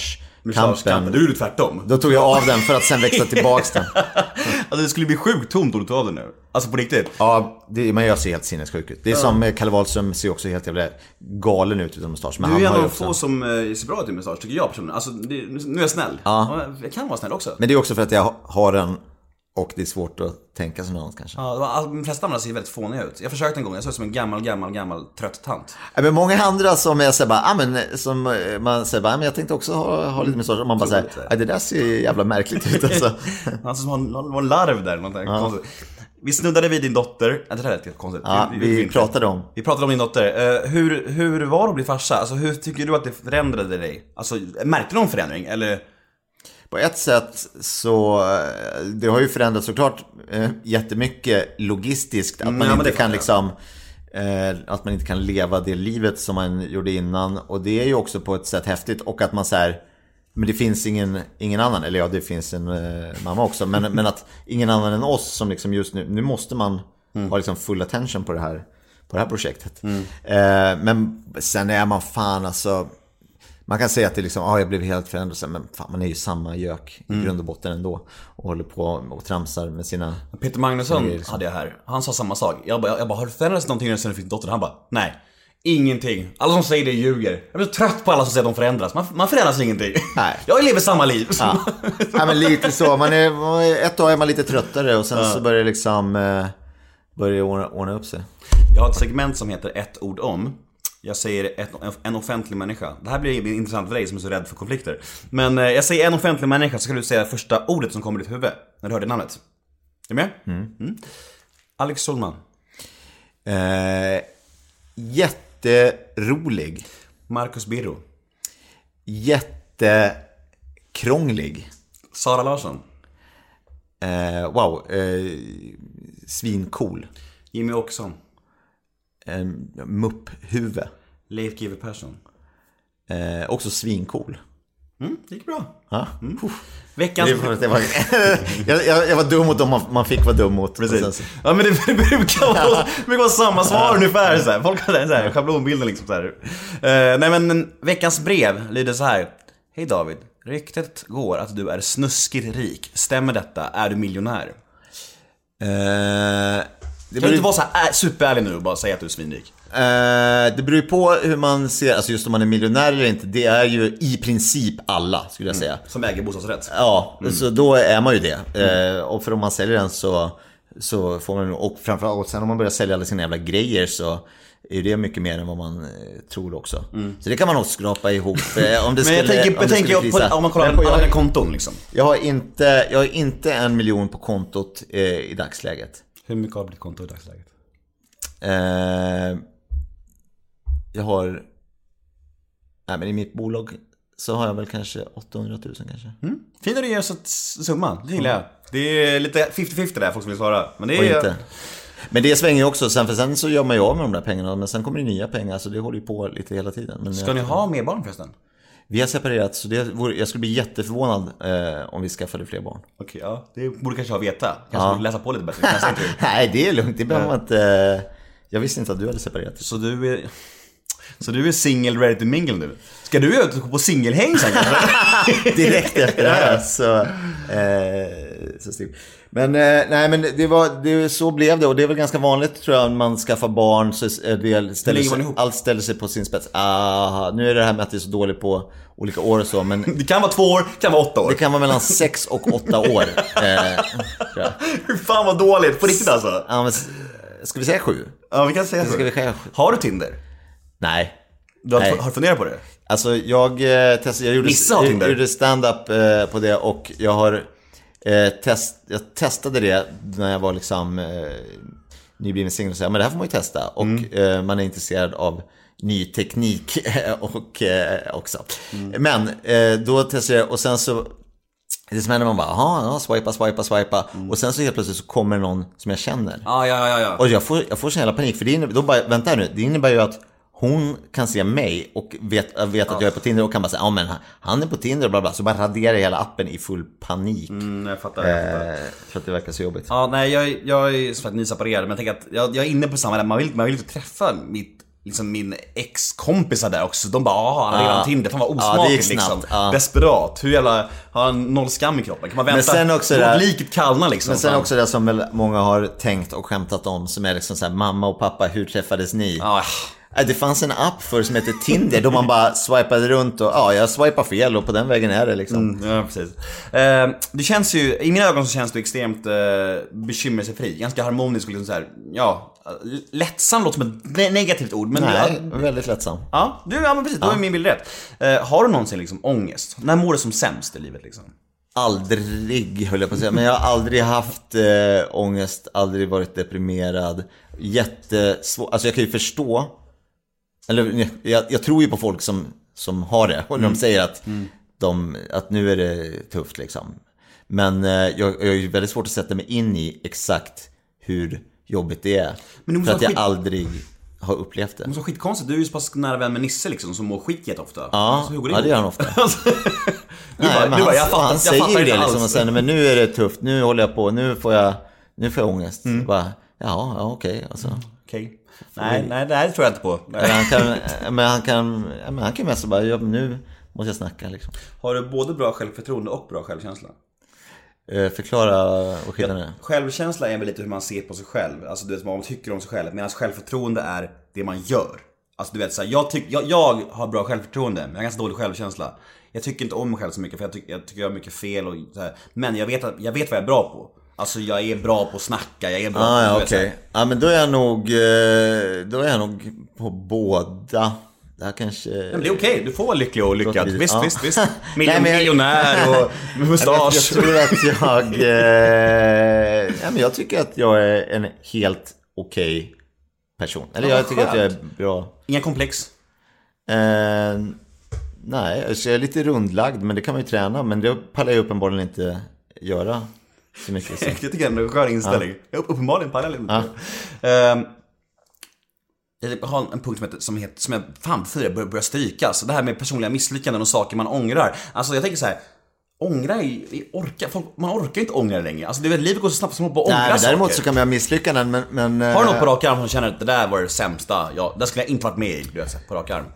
kampen. Du är ju tvärtom. Då tog jag av den för att sen växa tillbaks den. Alltså det skulle bli sjukt tomt om du tog av den nu. Alltså på riktigt. Ja, det, men jag ser helt sinnessjuk ut. Det är ja. som Kalle Wahlström ser också helt jävla galen ut utan mustasch. Men du är en av de få som uh, ser bra ut i mustasch, tycker jag personligen. Alltså det, nu är jag snäll. Ja. Jag kan vara snäll också. Men det är också för att jag har den. Och det är svårt att tänka sig något kanske. Ja, de flesta andra ser väldigt fåniga ut. Jag försökte en gång, jag såg ut som en gammal, gammal, gammal trött tant. Ja, men många andra som jag säger bara, ah, men, som man säger bara, ah, men jag tänkte också ha, ha lite mustasch. Och man bara säger, ah, det där ser jävla märkligt ut alltså. Han som har en larv där. Ja. Vi snuddade vid din dotter. Det där är lite konstigt. Ja, vi, vi, vi pratade om. Vi pratade om din dotter. Uh, hur, hur var det att bli farsa? Alltså, hur tycker du att det förändrade dig? Alltså, märkte du någon förändring? Eller... På ett sätt så, det har ju förändrats såklart eh, jättemycket logistiskt. Att man, mm, inte kan liksom, eh, att man inte kan leva det livet som man gjorde innan. Och det är ju också på ett sätt häftigt. Och att man säger, men det finns ingen, ingen annan. Eller ja, det finns en eh, mamma också. Men, men att ingen annan än oss som liksom just nu, nu måste man mm. ha liksom full attention på det här, på det här projektet. Mm. Eh, men sen är man fan alltså... Man kan säga att det liksom, ah, jag blev helt förändrad, men fan, man är ju samma gök i mm. grund och botten ändå. Och håller på och tramsar med sina... Peter Magnusson liksom. Hade jag här. Han sa samma sak. Jag bara, jag bara har du förändrats någonting sen du fick dotter? Han bara, nej. Ingenting. Alla som säger det ljuger. Jag blir så trött på alla som säger att de förändras. Man, man förändras ingenting. Nej. Jag lever samma liv. Ja. Ja, men lite så. Man är, man är, ett år är man lite tröttare och sen ja. så börjar det liksom eh, börjar ordna, ordna upp sig. Jag har ett segment som heter ett ord om. Jag säger ett, en offentlig människa. Det här blir intressant för dig som är så rädd för konflikter. Men eh, jag säger en offentlig människa, så ska du säga första ordet som kommer i ditt huvud när du hör det namnet. Är du med? Mm. Mm. Alex Schulman. Eh, jätterolig. Marcus Birro. Jättekrånglig. Sara Larsson. Eh, wow. Eh, svincool. Jimmy Åkesson. Eh, mupphuvud. Leif G W Persson. Eh, också svincool. Mm, det gick bra. Ja. Mm. Veckans... Det var, jag, jag, jag var dum mot dem man, man fick vara dum mot. Precis. Ja, men det, det brukar vara, det brukar vara samma svar ungefär så här. Folk har så här schablonbilden liksom så här. Uh, nej men veckans brev lyder så här. Hej David, ryktet går att du är snuskigt rik. Stämmer detta? Är du miljonär? Uh... Det kan beror... inte vara så här superärlig nu och bara säga att du är svinrik. Uh, det beror ju på hur man ser, alltså just om man är miljonär eller inte. Det är ju i princip alla, skulle jag säga. Mm. Som äger bostadsrätt. Ja, mm. så då är man ju det. Mm. Uh, och för om man säljer den så, så får man, och framförallt sen om man börjar sälja alla sina jävla grejer så är det mycket mer än vad man eh, tror också. Mm. Så det kan man nog skrapa ihop. Eh, om det skulle, men jag tänker, om, det tänker jag på, om man kollar på alla konton liksom. Jag har inte, jag har inte en miljon på kontot eh, i dagsläget. Hur mycket har ditt konto i dagsläget? Eh, jag har... Nej, men i mitt bolag så har jag väl kanske åttahundratusen kanske. Mm. Fint att du ger oss ett summa, det gillar jag. Det är lite femtio femtio där folk som vill svara. Men det är... inte. Men det svänger ju också, sen, för sen så gör man ju av med de där pengarna. Men sen kommer det nya pengar, så det håller ju på lite hela tiden. Men ska ni ha mer barn förresten? Vi har separerat, så det vore, jag skulle bli jätteförvånad eh, om vi skaffade fler barn. Okej, ja, det borde kanske ha veta. Kanske ja. borde läsa på lite bättre. Nej, det är lugnt, det behöver man inte. Jag visste inte att du hade separerat. Så du är... Så du är single ready to mingle nu? Ska du ut på singelhäng sen kanske? Direkt efter det här så, eh, så stiv. Men eh, nej, men det var det, så blev det, och det är väl ganska vanligt tror jag, man skaffar barn så det ställer sig, allt ställer sig på sin spets. Ah, nu är det här med att det är så dåligt på olika år och så, men det kan vara två år, det kan vara åtta år. Det kan vara mellan sex och åtta år. Eh, Hur fan vad dåligt på riktigt alltså. Ja, men ska vi säga sju? Ja, vi kan säga ska vi säga sju. Har du Tinder? Nej. Du har, Nej. har du funderat på det? Alltså jag eh, testade, jag gjorde, jag gjorde stand-up eh, på det, och jag har eh, test, jag testade det när jag var liksom eh, nybliven singel och sa, men det här får man ju testa, och mm. eh, man är intresserad av ny teknik och eh, också. Mm. Men eh, då testade jag, och sen så det som händer, man bara, aha, swipa, swipa, swipa. Mm. Och sen så helt plötsligt så kommer någon som jag känner. Ah, ja, ja, ja. Och jag får, jag får sån jävla panik, för det innebär, då bara, vänta nu, det innebär ju att hon kan se mig och vet, vet att jag är på Tinder och kan bara säga, ja men han är på Tinder och bla bla. Så bara raderar hela appen i full panik. Mm, jag fattar, jag fattar. Eh, för att det verkar så jobbigt. Ja, nej, jag, jag är så att nyseparerad, men jag tänker att jag, jag är inne på samma där. Man vill, man vill inte träffa mitt liksom min ex-kompisar där också. De bara, ah, han har redan Ja. Tinder. Fan vad Ja, det osmakligt gick snabbt, liksom. ja. Desperat. Hur jävla, har han noll skam i kroppen? Kan man vänta? Men sen också låt där- liket kallna liksom. Men sen Fan. också det som väl många har tänkt och skämtat om, som är liksom så här: mamma och pappa, hur träffades ni? Ja. Det fanns en app för som heter Tinder då man bara swipade runt och ja, jag swipar fel och på den vägen är det liksom. Mm, ja, precis. Eh, det känns ju, i mina ögon så känns du extremt eh, bekymmersfri. Ganska harmonisk och liksom så här, ja, lättsam låter som ett ne- negativt ord. Men Nej, ja, väldigt lättsam. ja, du, ja men precis, då är min bild rätt. Eh, har du någonsin liksom ångest? När mår du som sämst i livet liksom? Aldrig, höll jag på att säga. Men jag har aldrig haft äh, ångest, aldrig varit deprimerad. Jättesvårt, alltså jag kan ju förstå. Eller jag, jag tror ju på folk som, som har det. Och mm. de säger att, mm. de, att nu är det tufft liksom. Men äh, jag, jag har ju väldigt svårt att sätta mig in i exakt hur jobbigt det är. Men för att jag skit... aldrig har upplevt det. Det måste vara skitkonstigt, du är ju så pass nära vän med Nisse liksom, som mår skit jätteofta. Ja, alltså, hur går det ja det gör han ofta. du Nej, bara, men du bara, han, jag fattar, han jag säger fattar ju det inte liksom, och sen, men nu är det tufft, nu håller jag på, nu får jag, nu får jag ångest. Mm. Bara, ja, ja okej. Okay, alltså. Okay. Nej, nej, det här tror jag inte på. Men han kan, men han kan, men han kan mest bara, ja, nu måste jag snacka liksom. Har du både bra självförtroende och bra självkänsla? Eh, förklara vad skillnaden är. Självkänsla är väl lite hur man ser på sig själv. Alltså du vet vad man tycker om sig själv. Medan självförtroende är det man gör. Alltså du vet så här, jag, tyck, jag, jag har bra självförtroende, men jag har ganska dålig självkänsla. Jag tycker inte om mig själv så mycket, för jag, tyck, jag tycker jag har mycket fel och så här. Men jag vet, att, jag vet vad jag är bra på. Alltså jag är bra på att snacka, jag är bra ah, på ja, okej. Okay. Ja, men då är jag nog Då är jag nog på båda. Det här kanske... Nej, men det är okej, okay. Du får vara lycklig och lyckad. Visst, ja. visst, visst. Miljon, Nej, jag... Miljonär och mustasch. Jag tror att jag eh... ja, men jag tycker att jag är en helt okej okay person. Eller jag tycker att jag är bra. Inga komplex? Eh... Nej, jag är lite rundlagd, men det kan man ju träna. Men det pallar jag uppenbarligen inte göra så mycket. Så. Jag tycker ändå en skön inställning. Ja. Jag uppenbarligen pallar jag inte. Ja. Um, jag har en punkt som, heter, som, heter, som jag fan för börjar börja stryka. Så det här med personliga misslyckanden och saker man ångrar. Alltså jag tänker så här, ångra är, orka, folk, man orkar inte ångra längre. Alltså det är, livet går så snabbt som man på ångra. Nej, men däremot saker. Så kan man ha misslyckanden, men, men har du något på rak arm som känner att det där var det sämsta? Ja, det skulle jag inte varit med i, du vet, på rak arm.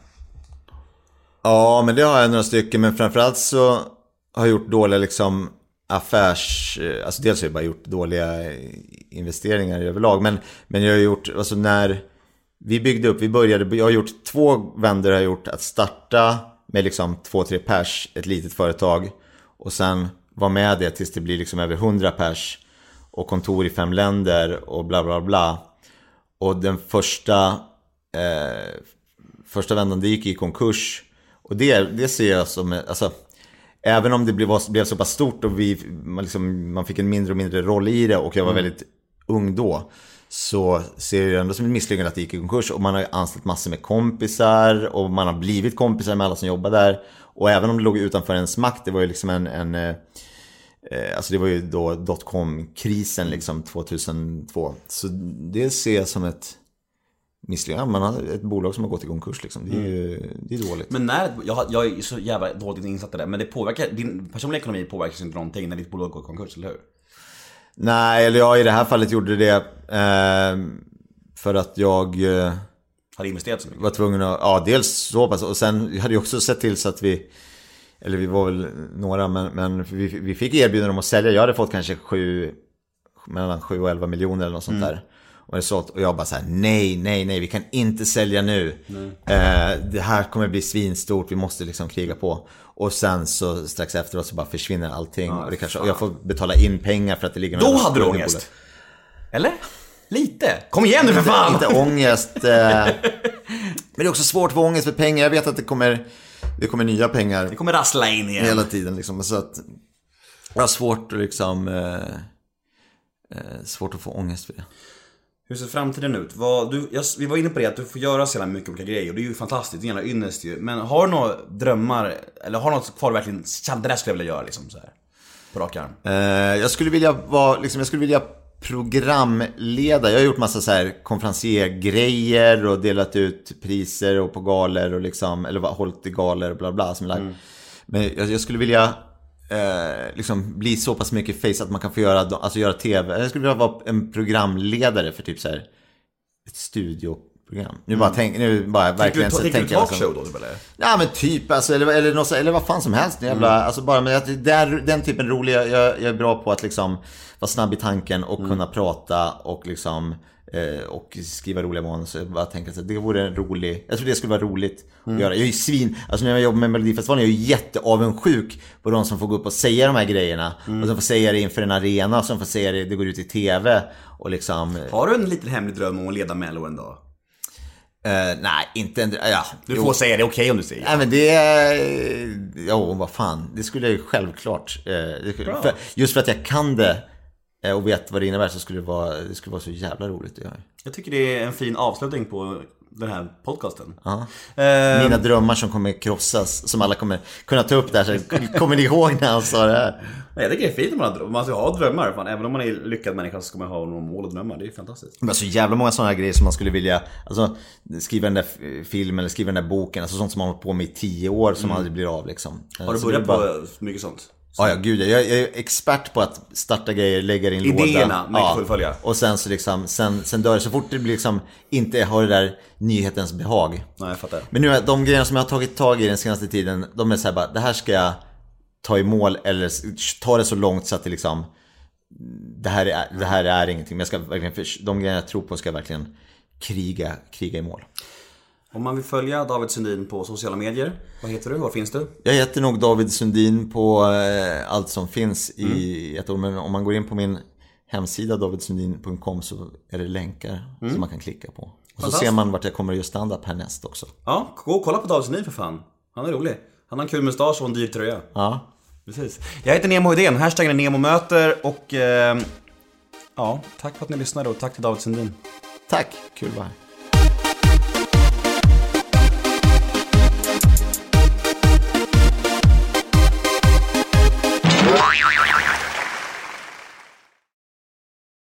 Ja, men det har jag några stycken. Men framförallt så har jag gjort dåliga liksom affärs... Alltså dels har jag bara gjort dåliga investeringar överlag. Men, men jag har gjort... Alltså när vi byggde upp, vi började... Jag har gjort två vändor har jag gjort att starta med liksom två, tre pers, ett litet företag. Och sen vara med det tills det blir liksom över hundra pers. Och kontor i fem länder och bla bla bla. Och den första... Eh, första vändan, det gick i konkurs. Och det, det ser jag som... Alltså, även om det blev, blev så pass stort och vi, man, liksom, man fick en mindre och mindre roll i det och jag var mm. väldigt ung då, så ser jag ändå som ett misslyckande att det gick i konkurs. Och man har anställt massor med kompisar och man har blivit kompisar med alla som jobbar där. Och även om det låg utanför ens makt, det var ju liksom en... en eh, alltså det var ju då dotcom-krisen liksom tvåtusentvå. Så det ser jag som ett... misslyckande. Man har ett bolag som har gått i konkurs liksom. Det är ju det är dåligt. Men när jag, jag är så jävla dåligt insatt i det, men det påverkar din personliga ekonomi påverkas inte någonting när ditt bolag går i konkurs, eller hur? Nej, eller jag i det här fallet gjorde det eh, för att jag eh, hade investerat så mycket. Var tvungen att ja, dels så pass, och sen hade jag också sett till så att vi, eller vi var väl några, men men vi, vi fick erbjudanden om att sälja. Jag hade fått kanske sju mellan sju och elva miljoner eller något sånt mm. där. Och, det så, och jag bara så här: nej, nej, nej, vi kan inte sälja nu. Eh, det här kommer bli svinstort, vi måste liksom kriga på. Och sen så strax efteråt så bara försvinner allting. Ah, och, det kanske, och jag får betala in pengar för att det ligger... Då hade du ångest? Bolag. Eller? Lite? Kom igen nu för fan! Inte, inte ångest. Eh, men det är också svårt att få ångest för pengar. Jag vet att det kommer, det kommer nya pengar. Det kommer rassla in igen. Hela tiden liksom. Så att jag har svårt att liksom... Eh, eh, svårt att få ångest för det. Hur ser framtiden ut? Vad, du, jag, vi var inne på det att du får göra så jävla mycket olika grejer. Och det är ju fantastiskt, det är gärna ynnest ju. Men har du några drömmar, eller har du något kvar verkligen, det där skulle jag vilja göra liksom så här, på rak arm? Eh, jag skulle vilja vara, liksom, jag skulle vilja programleda. Jag har gjort massa så här konferenciergrejer och delat ut priser och på galer och liksom, eller hållit i galer och bla bla som mm. Men jag, jag skulle vilja Eh, liksom bli så pass mycket face att man kan få göra, alltså göra tv. Jag skulle vilja vara en programledare för typ så här ett studio program. Nu bara tänk, nu bara verkligen så tänker du talkshow då eller? Ja men typ alltså, eller eller något, eller vad fan som helst jävla mm. alltså bara men att det är den typen roliga jag, jag är bra på att liksom vara snabb i tanken och mm. kunna prata och liksom eh, och skriva roliga manus. Jag bara tänker att det vore en rolig. Jag tror det skulle vara roligt mm. att göra. Jag är ju svin alltså när jag jobbar med Melodifestivalen är jag ju jätteavundsjuk på de som får gå upp och säga de här grejerna mm. och som får säga det inför en arena och som får säga det det går ut i tv och liksom. Har du en liten hemlig dröm om att leda Mello en dag? Uh, nej, inte en... Ja, du får jo. säga det, okej okay, om du säger. Nej, men det är... Jo, vad fan. Det skulle jag ju självklart... Uh, det skulle, för, just för att jag kan det uh, och vet vad det innebär så skulle det vara, det skulle vara så jävla roligt att göra. Jag tycker det är en fin avslutning på den här podcasten. Uh. Uh, Mina drömmar som kommer krossas, som alla kommer kunna ta upp där. Så kommer ni ihåg när han sa det här? Nej, det är fint om man, har, man ska ha drömmar. Fan. Även om man är lyckad människa så ska man ha någon mål och drömmar. Det är fantastiskt. Men så jävla många sådana grejer som man skulle vilja alltså, skriva den där filmen eller skriva den där boken. Alltså sånt som man har hållit på med i tio år som mm. aldrig blir av liksom. Har du så börjat bara... på mycket sånt? Ja, ja, gud, jag, jag är expert på att starta grejer, lägga det i en låda. Idéerna, med ja. fullfölja. Och sen så liksom, sen, sen dör det så fort det blir liksom, inte har det där nyhetens behag. Nej, jag fattar. Men nu, de grejerna som jag har tagit tag i den senaste tiden, de är så här bara, det här ska jag ta i mål eller ta det så långt så att det liksom, det här är, det här är ingenting. Men jag ska verkligen, de grejerna jag tror på ska jag verkligen kriga, kriga i mål. Om man vill följa David Sundin på sociala medier, vad heter du? Var finns du? Jag heter nog David Sundin på eh, allt som finns i mm. ett år. Men om man går in på min hemsida david sundin punkt com så är det länkar mm. som man kan klicka på. Och så ser man vart jag kommer att göra stand-up härnäst också. Ja, gå och kolla på David Sundin för fan. Han är rolig. Han har en kul mustasch och en dyr tröja. Ja. Precis. Jag heter Nemo Idén, hashtaggen är Nemo möter och eh, ja, tack för att ni lyssnade och tack till David Sundin. Tack, kul att vara här.